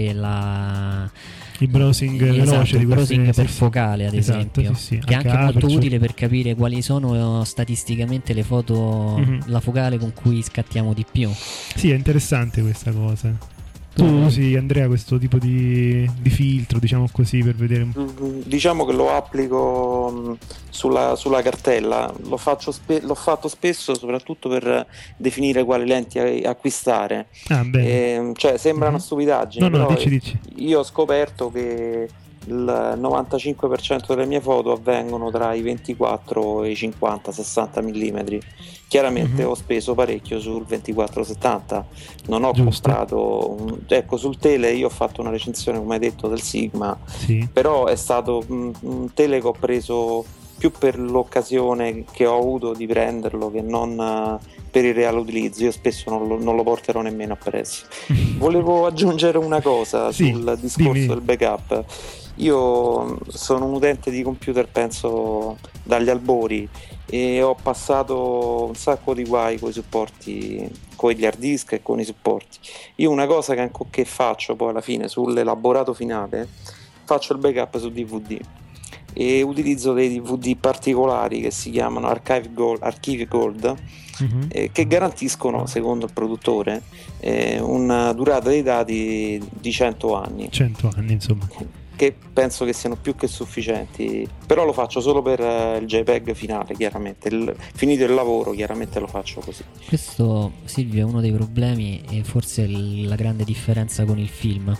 il browsing veloce, il browsing per focale, ad esempio, sì. che è anche molto utile per capire quali sono statisticamente le foto, la focale con cui scattiamo di più. Sì, è interessante questa cosa. Tu usi, Andrea, questo tipo di filtro, diciamo così, per vedere diciamo che lo applico sulla cartella. L'ho fatto spesso soprattutto per definire quali lenti acquistare. Cioè sembra una stupidaggine, no, però dici. Io ho scoperto che il 95% delle mie foto avvengono tra i 24 e i 50-60 mm. Chiaramente ho speso parecchio sul 24-70, non ho comprato ecco, sul tele io ho fatto una recensione, come hai detto, del Sigma, sì. Però è stato un tele che ho preso più per l'occasione che ho avuto di prenderlo che non per il reale utilizzo. Io spesso non lo porterò nemmeno a prezzo. Volevo aggiungere una cosa sul discorso del backup. Io sono un utente di computer, penso dagli albori, e ho passato un sacco di guai con i supporti, con gli hard disk e con i supporti. Io una cosa che faccio poi alla fine sull'elaborato finale, faccio il backup su DVD e utilizzo dei DVD particolari che si chiamano Archive Gold, che garantiscono, secondo il produttore, una durata dei dati di 100 anni. 100 anni, insomma. Che penso che siano più che sufficienti, però lo faccio solo per il JPEG finale, chiaramente. Finito il lavoro, chiaramente lo faccio così. Questo, Silvio, è uno dei problemi e forse la grande differenza con il film,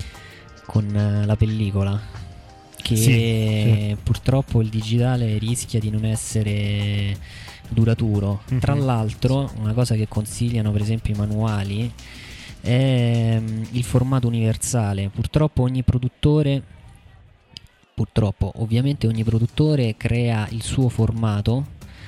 con la pellicola, che purtroppo il digitale rischia di non essere duraturo. Tra l'altro, una cosa che consigliano per esempio i manuali è il formato universale. Ovviamente ogni produttore crea il suo formato,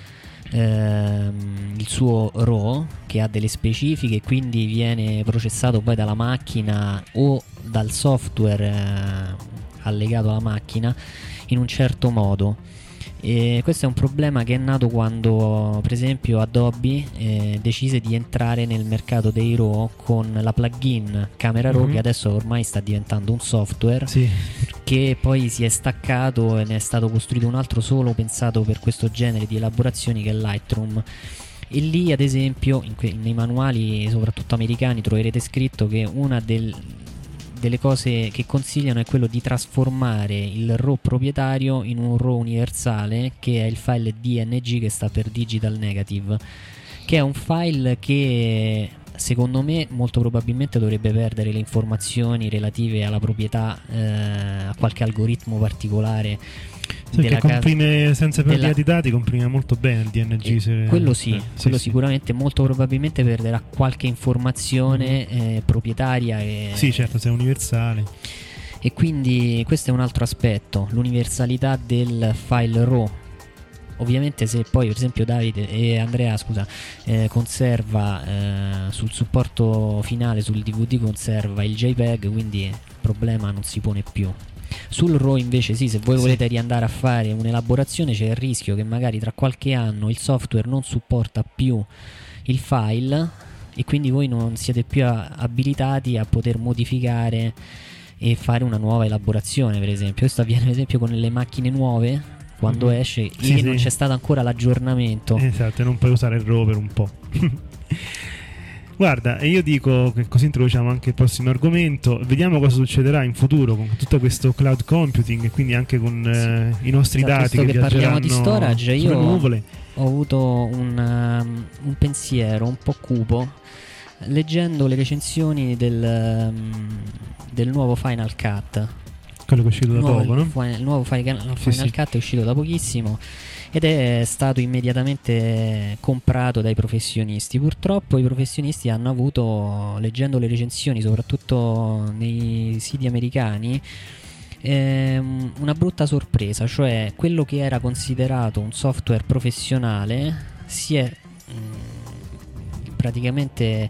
il suo RAW, che ha delle specifiche e quindi viene processato poi dalla macchina o dal software allegato alla macchina in un certo modo. E questo è un problema che è nato quando, per esempio, Adobe decise di entrare nel mercato dei RAW con la plugin Camera Raw, che adesso ormai sta diventando un software, che poi si è staccato e ne è stato costruito un altro solo pensato per questo genere di elaborazioni, che è Lightroom. E lì, ad esempio, nei manuali soprattutto americani troverete scritto che una delle cose che consigliano è quello di trasformare il RAW proprietario in un RAW universale, che è il file DNG, che sta per Digital Negative, che è un file che secondo me molto probabilmente dovrebbe perdere le informazioni relative alla proprietà, a qualche algoritmo particolare. Che comprime senza perdita di dati, comprime molto bene il DNG. Quello sicuramente molto probabilmente perderà qualche informazione proprietaria. Sì, certo, se è universale. E quindi questo è un altro aspetto, l'universalità del file RAW. Ovviamente se poi per esempio Andrea conserva sul supporto finale, sul DVD conserva il JPEG, quindi il problema non si pone più. Sul RAW invece sì, se voi volete riandare a fare un'elaborazione c'è il rischio che magari tra qualche anno il software non supporta più il file e quindi voi non siete più abilitati a poter modificare e fare una nuova elaborazione. Per esempio questo avviene per esempio con le macchine nuove, quando esce non c'è stato ancora l'aggiornamento. Esatto, e non puoi usare il RAW per un po'. Guarda, io dico che così introduciamo anche il prossimo argomento. Vediamo cosa succederà in futuro con tutto questo cloud computing e quindi anche con i nostri dati che parliamo di storage. Io nuvole. Ho avuto un pensiero un po' cupo leggendo le recensioni del nuovo Final Cut. Quello che è uscito da poco, no? Il nuovo Final Cut è uscito da pochissimo ed è stato immediatamente comprato dai professionisti. Purtroppo i professionisti hanno avuto, leggendo le recensioni soprattutto nei siti americani, una brutta sorpresa, cioè quello che era considerato un software professionale si è praticamente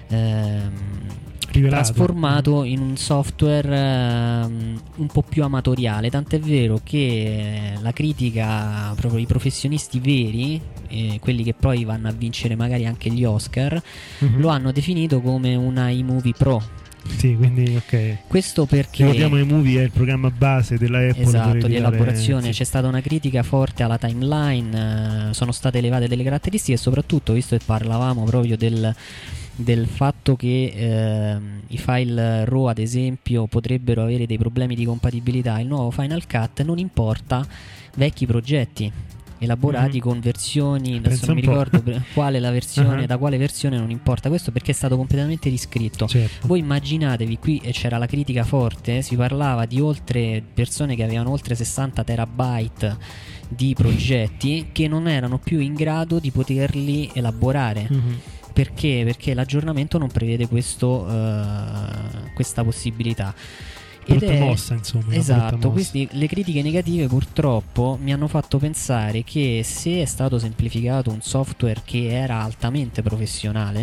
trasformato in un software un po' più amatoriale, tant'è vero che la critica, proprio i professionisti veri, quelli che poi vanno a vincere magari anche gli Oscar, lo hanno definito come una iMovie Pro. Sì, quindi ok. Questo perché ricordiamo iMovie è il programma base della Apple, esatto, di elaborazione. C'è stata una critica forte alla timeline, sono state elevate delle caratteristiche e soprattutto, visto che parlavamo proprio del fatto che i file RAW ad esempio potrebbero avere dei problemi di compatibilità, il nuovo Final Cut non importa vecchi progetti elaborati con versioni, adesso non mi ricordo quale la versione, da quale versione non importa, questo perché è stato completamente riscritto. Certo. Voi immaginatevi, qui c'era la critica forte, si parlava di persone che avevano oltre 60 terabyte di progetti che non erano più in grado di poterli elaborare. Perché? Perché l'aggiornamento non prevede questa possibilità. Mossa, insomma. Esatto, quindi le critiche negative purtroppo mi hanno fatto pensare che se è stato semplificato un software che era altamente professionale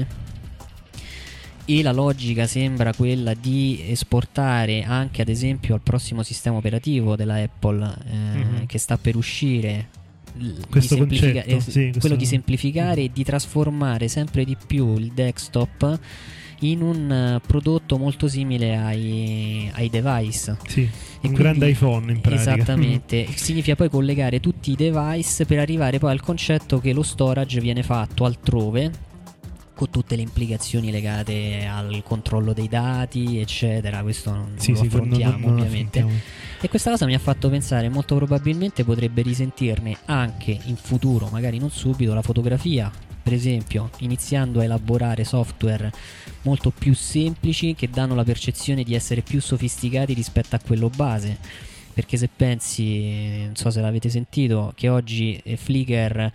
e la logica sembra quella di esportare anche ad esempio al prossimo sistema operativo della Apple che sta per uscire, questo concetto, quello di semplificare e di trasformare sempre di più il desktop in un prodotto molto simile ai device. Sì, un grande iPhone in pratica. Esattamente. Significa poi collegare tutti i device per arrivare poi al concetto che lo storage viene fatto altrove, con tutte le implicazioni legate al controllo dei dati, eccetera. Questo non lo affrontiamo ovviamente. E questa cosa mi ha fatto pensare, molto probabilmente potrebbe risentirne anche in futuro, magari non subito, la fotografia. Per esempio, iniziando a elaborare software molto più semplici che danno la percezione di essere più sofisticati rispetto a quello base. perché se pensi, non so se l'avete sentito, che oggi Flickr,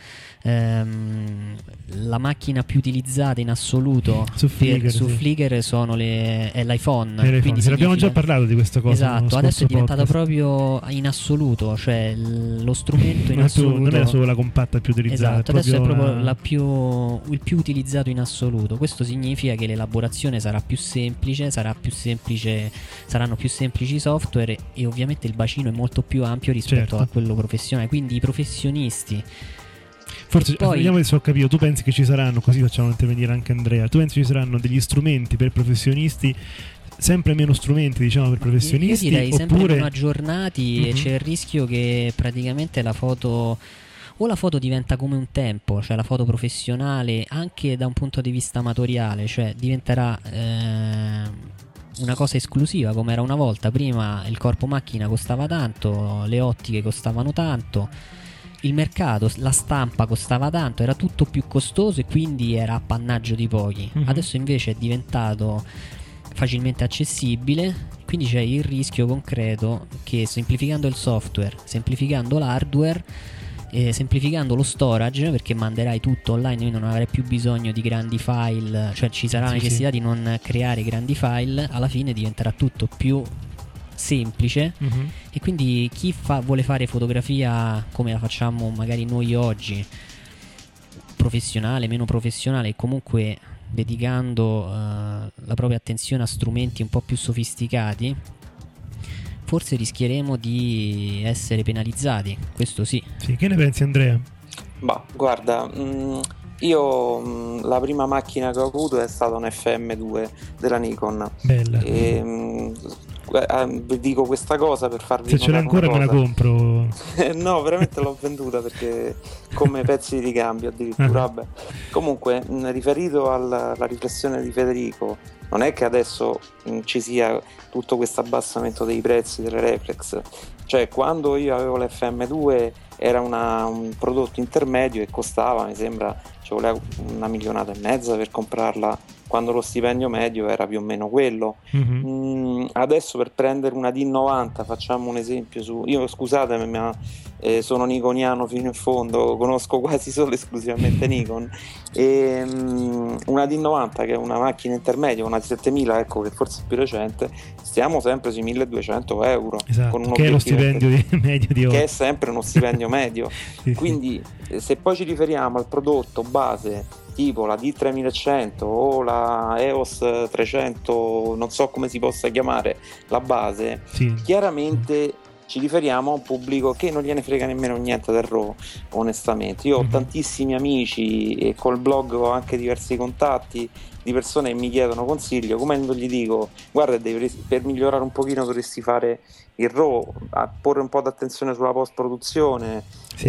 la macchina più utilizzata in assoluto su Flickr è l'iPhone. Quindi abbiamo già parlato di questa cosa. Esatto, adesso è diventata proprio in assoluto, cioè lo strumento in assoluto. Non è solo la compatta più utilizzata. Esatto, adesso è proprio il più utilizzato in assoluto. Questo significa che l'elaborazione sarà più semplice, saranno più semplici i software, e ovviamente il bacino è molto più ampio rispetto a quello professionale. Quindi i professionisti. Forse vediamo se ho capito. Tu pensi che ci saranno, così facciamo intervenire anche Andrea, tu pensi che ci saranno degli strumenti per professionisti, sempre meno strumenti diciamo per professionisti? Io direi oppure sempre meno aggiornati, e c'è il rischio che praticamente la foto diventa come un tempo, cioè la foto professionale anche da un punto di vista amatoriale, cioè diventerà una cosa esclusiva come era una volta. Prima il corpo macchina costava tanto, le ottiche costavano tanto, il mercato, la stampa costava tanto, era tutto più costoso e quindi era appannaggio di pochi. Adesso invece è diventato facilmente accessibile, quindi c'è il rischio concreto che semplificando il software, semplificando l'hardware, semplificando lo storage, perché manderai tutto online, quindi non avrai più bisogno di grandi file, cioè ci sarà la necessità di non creare grandi file, alla fine diventerà tutto più semplice, e quindi chi vuole fare fotografia come la facciamo magari noi oggi, professionale, meno professionale, e comunque dedicando la propria attenzione a strumenti un po' più sofisticati, forse rischieremo di essere penalizzati. Questo sì. Che ne pensi, Andrea? Bah, guarda, io la prima macchina che ho avuto è stata un FM2 della Nikon. Bella. Vi dico questa cosa per farvi se ce l'hai ancora me la compro. No, veramente l'ho venduta perché come pezzi di ricambio addirittura. Vabbè. Comunque, riferito alla riflessione di Federico, non è che adesso ci sia tutto questo abbassamento dei prezzi delle reflex, cioè quando io avevo l'FM2 era un prodotto intermedio e costava, mi sembra, ci voleva 1,5 milioni per comprarla, quando lo stipendio medio era più o meno quello. Adesso per prendere una D90, facciamo un esempio io scusatemi ma sono nikoniano fino in fondo, conosco quasi solo esclusivamente Nikon, e una D90 che è una macchina intermedia, una 7000 ecco, che forse è più recente, stiamo sempre sui 1.200 euro, esatto, con che è lo stipendio medio di oggi, che è sempre uno stipendio medio. Quindi se poi ci riferiamo al prodotto base tipo la D3100 o la EOS 300, non so come si possa chiamare la base, chiaramente ci riferiamo a un pubblico che non gliene frega nemmeno niente del RAW, onestamente. Io ho tantissimi amici e col blog ho anche diversi contatti di persone che mi chiedono consiglio, come non gli dico guarda per migliorare un pochino dovresti fare il RAW, a porre un po' d'attenzione sulla post produzione,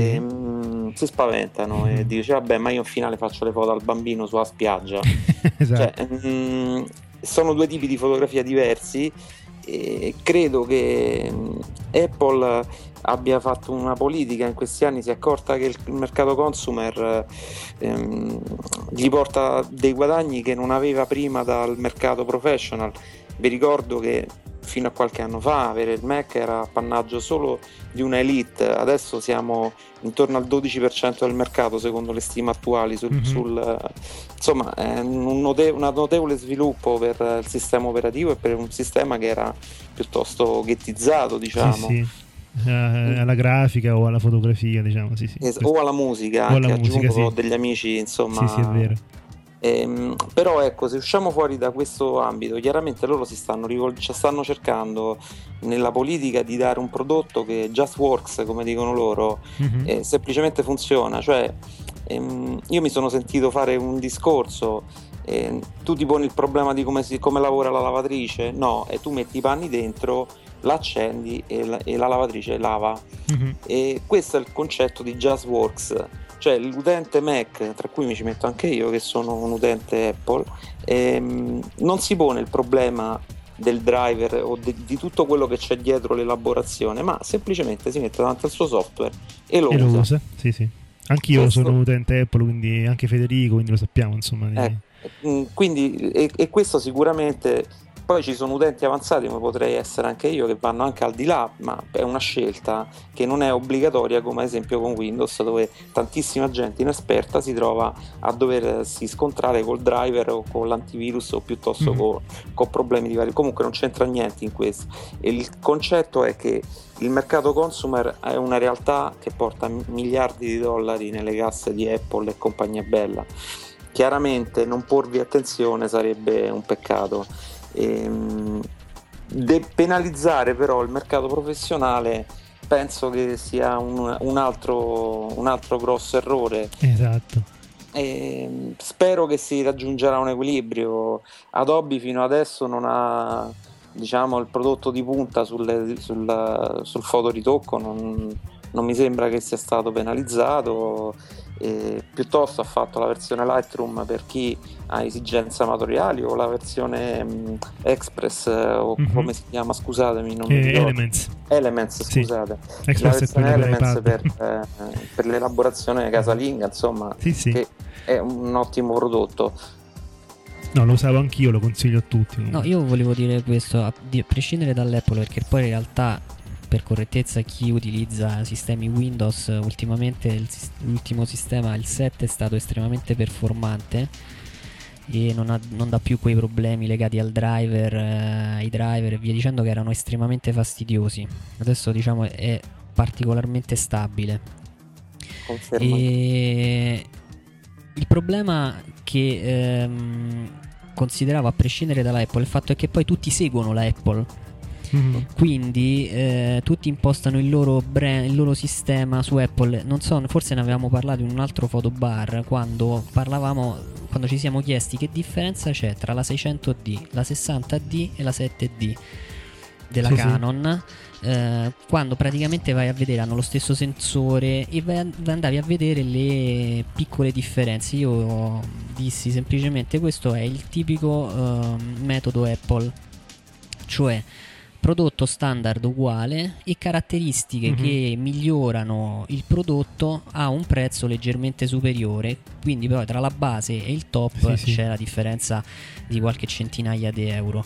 si spaventano e dice vabbè ma io in finale faccio le foto al bambino sulla spiaggia. Esatto. Cioè, sono due tipi di fotografia diversi, e credo che Apple abbia fatto una politica in questi anni, si è accorta che il mercato consumer gli porta dei guadagni che non aveva prima dal mercato professional. Vi ricordo che fino a qualche anno fa avere il Mac era appannaggio solo di una elite, adesso siamo intorno al 12% del mercato secondo le stime attuali insomma è un notevole sviluppo per il sistema operativo e per un sistema che era piuttosto ghettizzato, diciamo. Alla grafica o alla fotografia, diciamo, o alla musica, o anche alla musica, aggiungo degli amici, insomma. Sì, è vero. Però ecco, se usciamo fuori da questo ambito, chiaramente loro stanno cercando nella politica di dare un prodotto che just works, come dicono loro, semplicemente funziona. Cioè io mi sono sentito fare un discorso, tu ti poni il problema di come lavora la lavatrice, no, e tu metti i panni dentro, l'accendi e la lavatrice lava. E questo è il concetto di just works. Cioè l'utente Mac, tra cui mi ci metto anche io che sono un utente Apple, non si pone il problema del driver o di tutto quello che c'è dietro l'elaborazione, ma semplicemente si mette davanti al suo software e lo usa. Sì. Anch'io sono un utente Apple, quindi anche Federico, quindi lo sappiamo, insomma. Quindi e questo sicuramente. poi ci sono utenti avanzati, come potrei essere anche io, che vanno anche al di là, ma è una scelta che non è obbligatoria, come ad esempio con Windows, dove tantissima gente inesperta si trova a doversi scontrare col driver o con l'antivirus o piuttosto con problemi di vari. Comunque non c'entra niente in questo. E il concetto è che il mercato consumer è una realtà che porta miliardi di dollari nelle casse di Apple e compagnia bella. Chiaramente non porvi attenzione sarebbe un peccato. Penalizzare però il mercato professionale penso che sia un altro grosso errore. Esatto. Spero che si raggiungerà un equilibrio. Adobe fino adesso non ha, diciamo, il prodotto di punta sul fotoritocco, non mi sembra che sia stato penalizzato. Piuttosto ha fatto la versione Lightroom per chi ha esigenze amatoriali, o la versione Express o come si chiama, scusatemi, non mi ricordo. Elements, scusate, sì. La versione Elements per l'elaborazione casalinga, insomma, che è un ottimo prodotto. No, lo usavo anch'io, lo consiglio a tutti. No, io volevo dire questo, a prescindere dall'Apple, perché poi in realtà, per correttezza, chi utilizza sistemi Windows ultimamente, l'ultimo sistema, il 7, è stato estremamente performante e non dà più quei problemi legati al driver, ai driver e via dicendo, che erano estremamente fastidiosi. Adesso, diciamo, è particolarmente stabile. Confermo. E il problema che consideravo, a prescindere dalla Apple, il fatto è che poi tutti seguono la Apple. Quindi tutti impostano il loro brand, il loro sistema su Apple. Non so, forse ne avevamo parlato in un altro fotobar quando ci siamo chiesti che differenza c'è tra la 600D, la 60D e la 7D della Canon. Quando praticamente vai a vedere, hanno lo stesso sensore e andavi a vedere le piccole differenze. Io dissi semplicemente: questo è il tipico metodo Apple, cioè prodotto standard uguale e caratteristiche che migliorano il prodotto a un prezzo leggermente superiore. Quindi però tra la base e il top c'è la differenza di qualche centinaia di euro.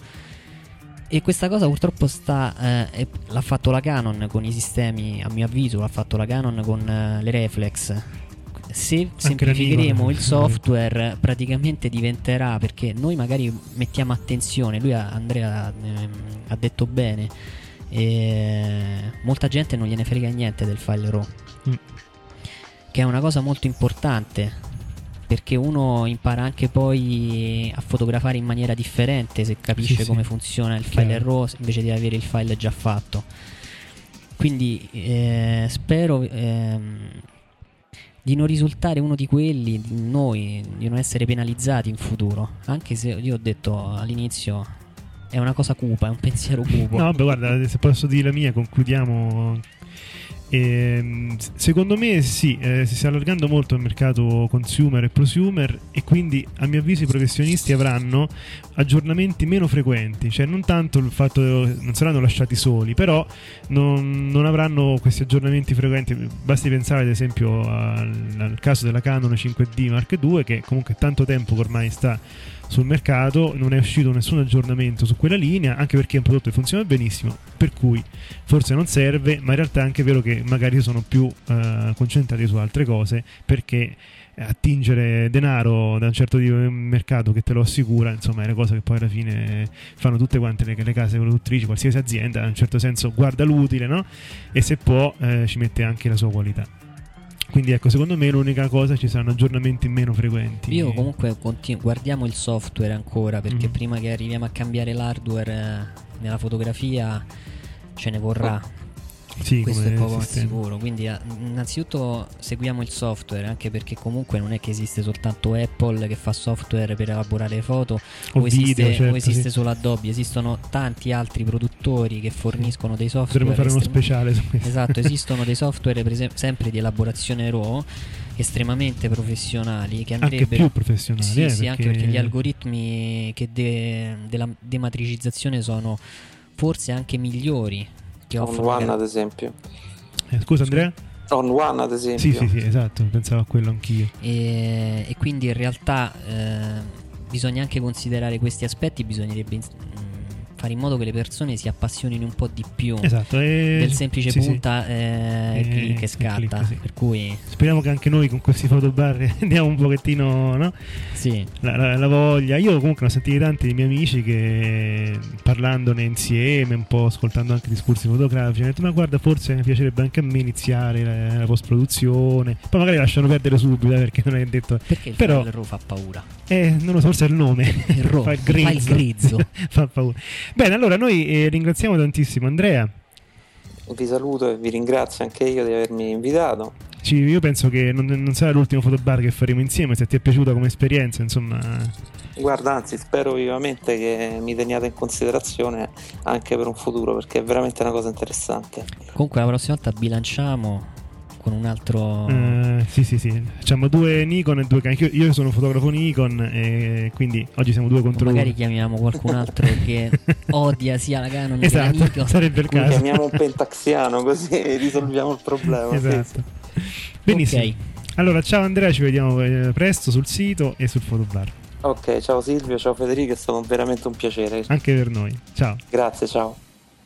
E questa cosa purtroppo l'ha fatto la Canon con i sistemi, a mio avviso l'ha fatto la Canon con le reflex. Se semplificheremo il software, praticamente diventerà, perché noi magari mettiamo attenzione, Andrea ha detto bene, molta gente non gliene frega niente del file RAW, che è una cosa molto importante, perché uno impara anche poi a fotografare in maniera differente se capisce come funziona il file RAW invece di avere il file già fatto. Quindi spero di non risultare uno di quelli, noi, di non essere penalizzati in futuro, anche se io ho detto all'inizio è una cosa cupa, è un pensiero cupo. No, vabbè, guarda, se posso dire la mia, concludiamo. Secondo me si sta allargando molto il mercato consumer e prosumer, e quindi a mio avviso i professionisti avranno aggiornamenti meno frequenti, cioè non tanto il fatto che non saranno lasciati soli, però non avranno questi aggiornamenti frequenti. Basti pensare ad esempio al caso della Canon 5D Mark II, che comunque è tanto tempo che ormai sta sul mercato, non è uscito nessun aggiornamento su quella linea, anche perché è un prodotto che funziona benissimo, per cui forse non serve, ma in realtà è anche vero che magari sono più concentrati su altre cose, perché attingere denaro da un certo tipo di mercato che te lo assicura, insomma, è una cosa che poi alla fine fanno tutte quante le case produttrici, qualsiasi azienda in un certo senso guarda l'utile, no? E se può ci mette anche la sua qualità. Quindi ecco, secondo me l'unica cosa, ci saranno aggiornamenti meno frequenti. Io comunque guardiamo il software ancora, perché prima che arriviamo a cambiare l'hardware nella fotografia ce ne vorrà. Sì, questo è poco ma sicuro. Quindi innanzitutto seguiamo il software, anche perché comunque non è che esiste soltanto Apple che fa software per elaborare foto o esiste solo Adobe, esistono tanti altri produttori che forniscono dei software. Dovremmo fare uno speciale su questo. Esatto, esistono dei software per esempio sempre di elaborazione RAW estremamente professionali, che andrebbero anche più professionali, sì, anche perché gli algoritmi della dematricizzazione sono forse anche migliori che On One ad esempio. Scusa Andrea? On One ad esempio. Sì, esatto, pensavo a quello anch'io. E quindi in realtà bisogna anche considerare questi aspetti, bisognerebbe fare in modo che le persone si appassionino un po' di più, esatto, del semplice sì, punta clic e scatta, click, sì. per cui speriamo che anche noi con questi fotobar diamo un pochettino, no? Sì. La voglia. Io comunque ne ho sentiti tanti dei miei amici che, parlandone insieme, un po' ascoltando anche discorsi fotografici, hanno detto: ma guarda, forse mi piacerebbe anche a me iniziare la post-produzione. Poi magari lasciano perdere subito, perché non è detto. Perché il però file RAW fa paura? non lo so, forse è il nome. Il RAW, Fa il grezzo. Fa paura. Bene, allora noi ringraziamo tantissimo Andrea. Vi saluto e vi ringrazio anche io di avermi invitato. Io penso che non sarà l'ultimo fotobar che faremo insieme. Se ti è piaciuta come esperienza, insomma. Guarda, anzi, spero vivamente che mi teniate in considerazione anche per un futuro, perché è veramente una cosa interessante. Comunque la prossima volta bilanciamo con un altro. Sì. Facciamo 2 Nikon e 2 Canon. Io sono un fotografo Nikon, e quindi oggi siamo 2 contro 1. Magari chiamiamo qualcun altro che odia sia la Canon che la esatto, Nikon. sarebbe il caso. Chiamiamo un pentaxiano, così risolviamo il problema. Esatto. Benissimo. Ok. Allora, ciao Andrea, ci vediamo presto sul sito e sul fotobar. Ok, ciao Silvio, ciao Federico, è stato veramente un piacere. Anche per noi. Ciao. Grazie, ciao.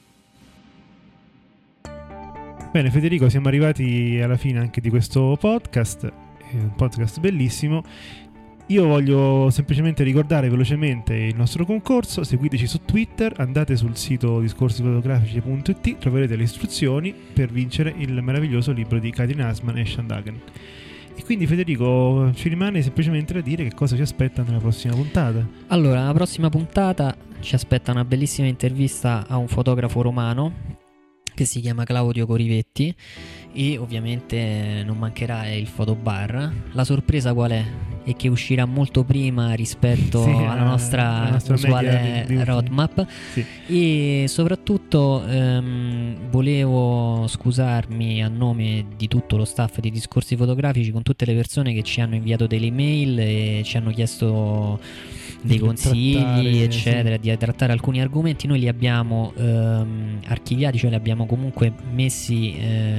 Bene Federico, siamo arrivati alla fine anche di questo podcast, è un podcast bellissimo. Io voglio semplicemente ricordare velocemente il nostro concorso. Seguiteci su Twitter, andate sul sito discorsifotografici.it, troverete le istruzioni per vincere il meraviglioso libro di Katrin Assman e Shandagen. E quindi Federico, ci rimane semplicemente da dire che cosa ci aspetta nella prossima puntata. Allora, la prossima puntata ci aspetta una bellissima intervista a un fotografo romano che si chiama Claudio Corivetti, e ovviamente non mancherà il fotobar. La sorpresa qual è che uscirà molto prima rispetto alla nostra usuale roadmap. Sì. E soprattutto volevo scusarmi a nome di tutto lo staff di Discorsi Fotografici con tutte le persone che ci hanno inviato delle email e ci hanno chiesto dei consigli eccetera, sì, di trattare alcuni argomenti. Noi li abbiamo archiviati, cioè li abbiamo comunque messi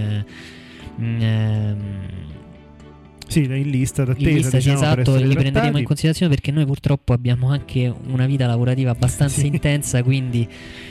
sì, in lista d'attesa, in lista, diciamo, esatto, li prenderemo in considerazione perché noi purtroppo abbiamo anche una vita lavorativa abbastanza sì, intensa, quindi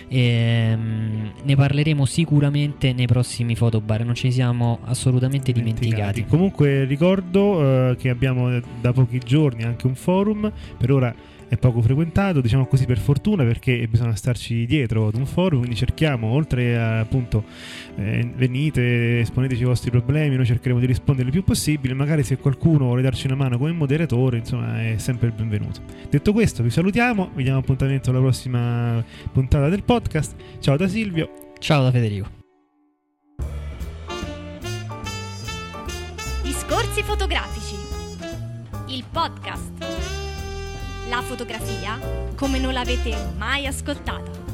ne parleremo sicuramente nei prossimi fotobar, non ci siamo assolutamente dimenticati. Comunque ricordo che abbiamo da pochi giorni anche un forum, per ora è poco frequentato, diciamo così, per fortuna, perché bisogna starci dietro ad un forum, quindi cerchiamo, oltre a appunto venite, esponeteci i vostri problemi, noi cercheremo di rispondere il più possibile. Magari se qualcuno vuole darci una mano come moderatore, insomma, è sempre il benvenuto. Detto questo, vi salutiamo, vi diamo appuntamento alla prossima puntata del podcast. Ciao da Silvio. Ciao da Federico. Discorsi fotografici, il podcast. La fotografia come non l'avete mai ascoltata.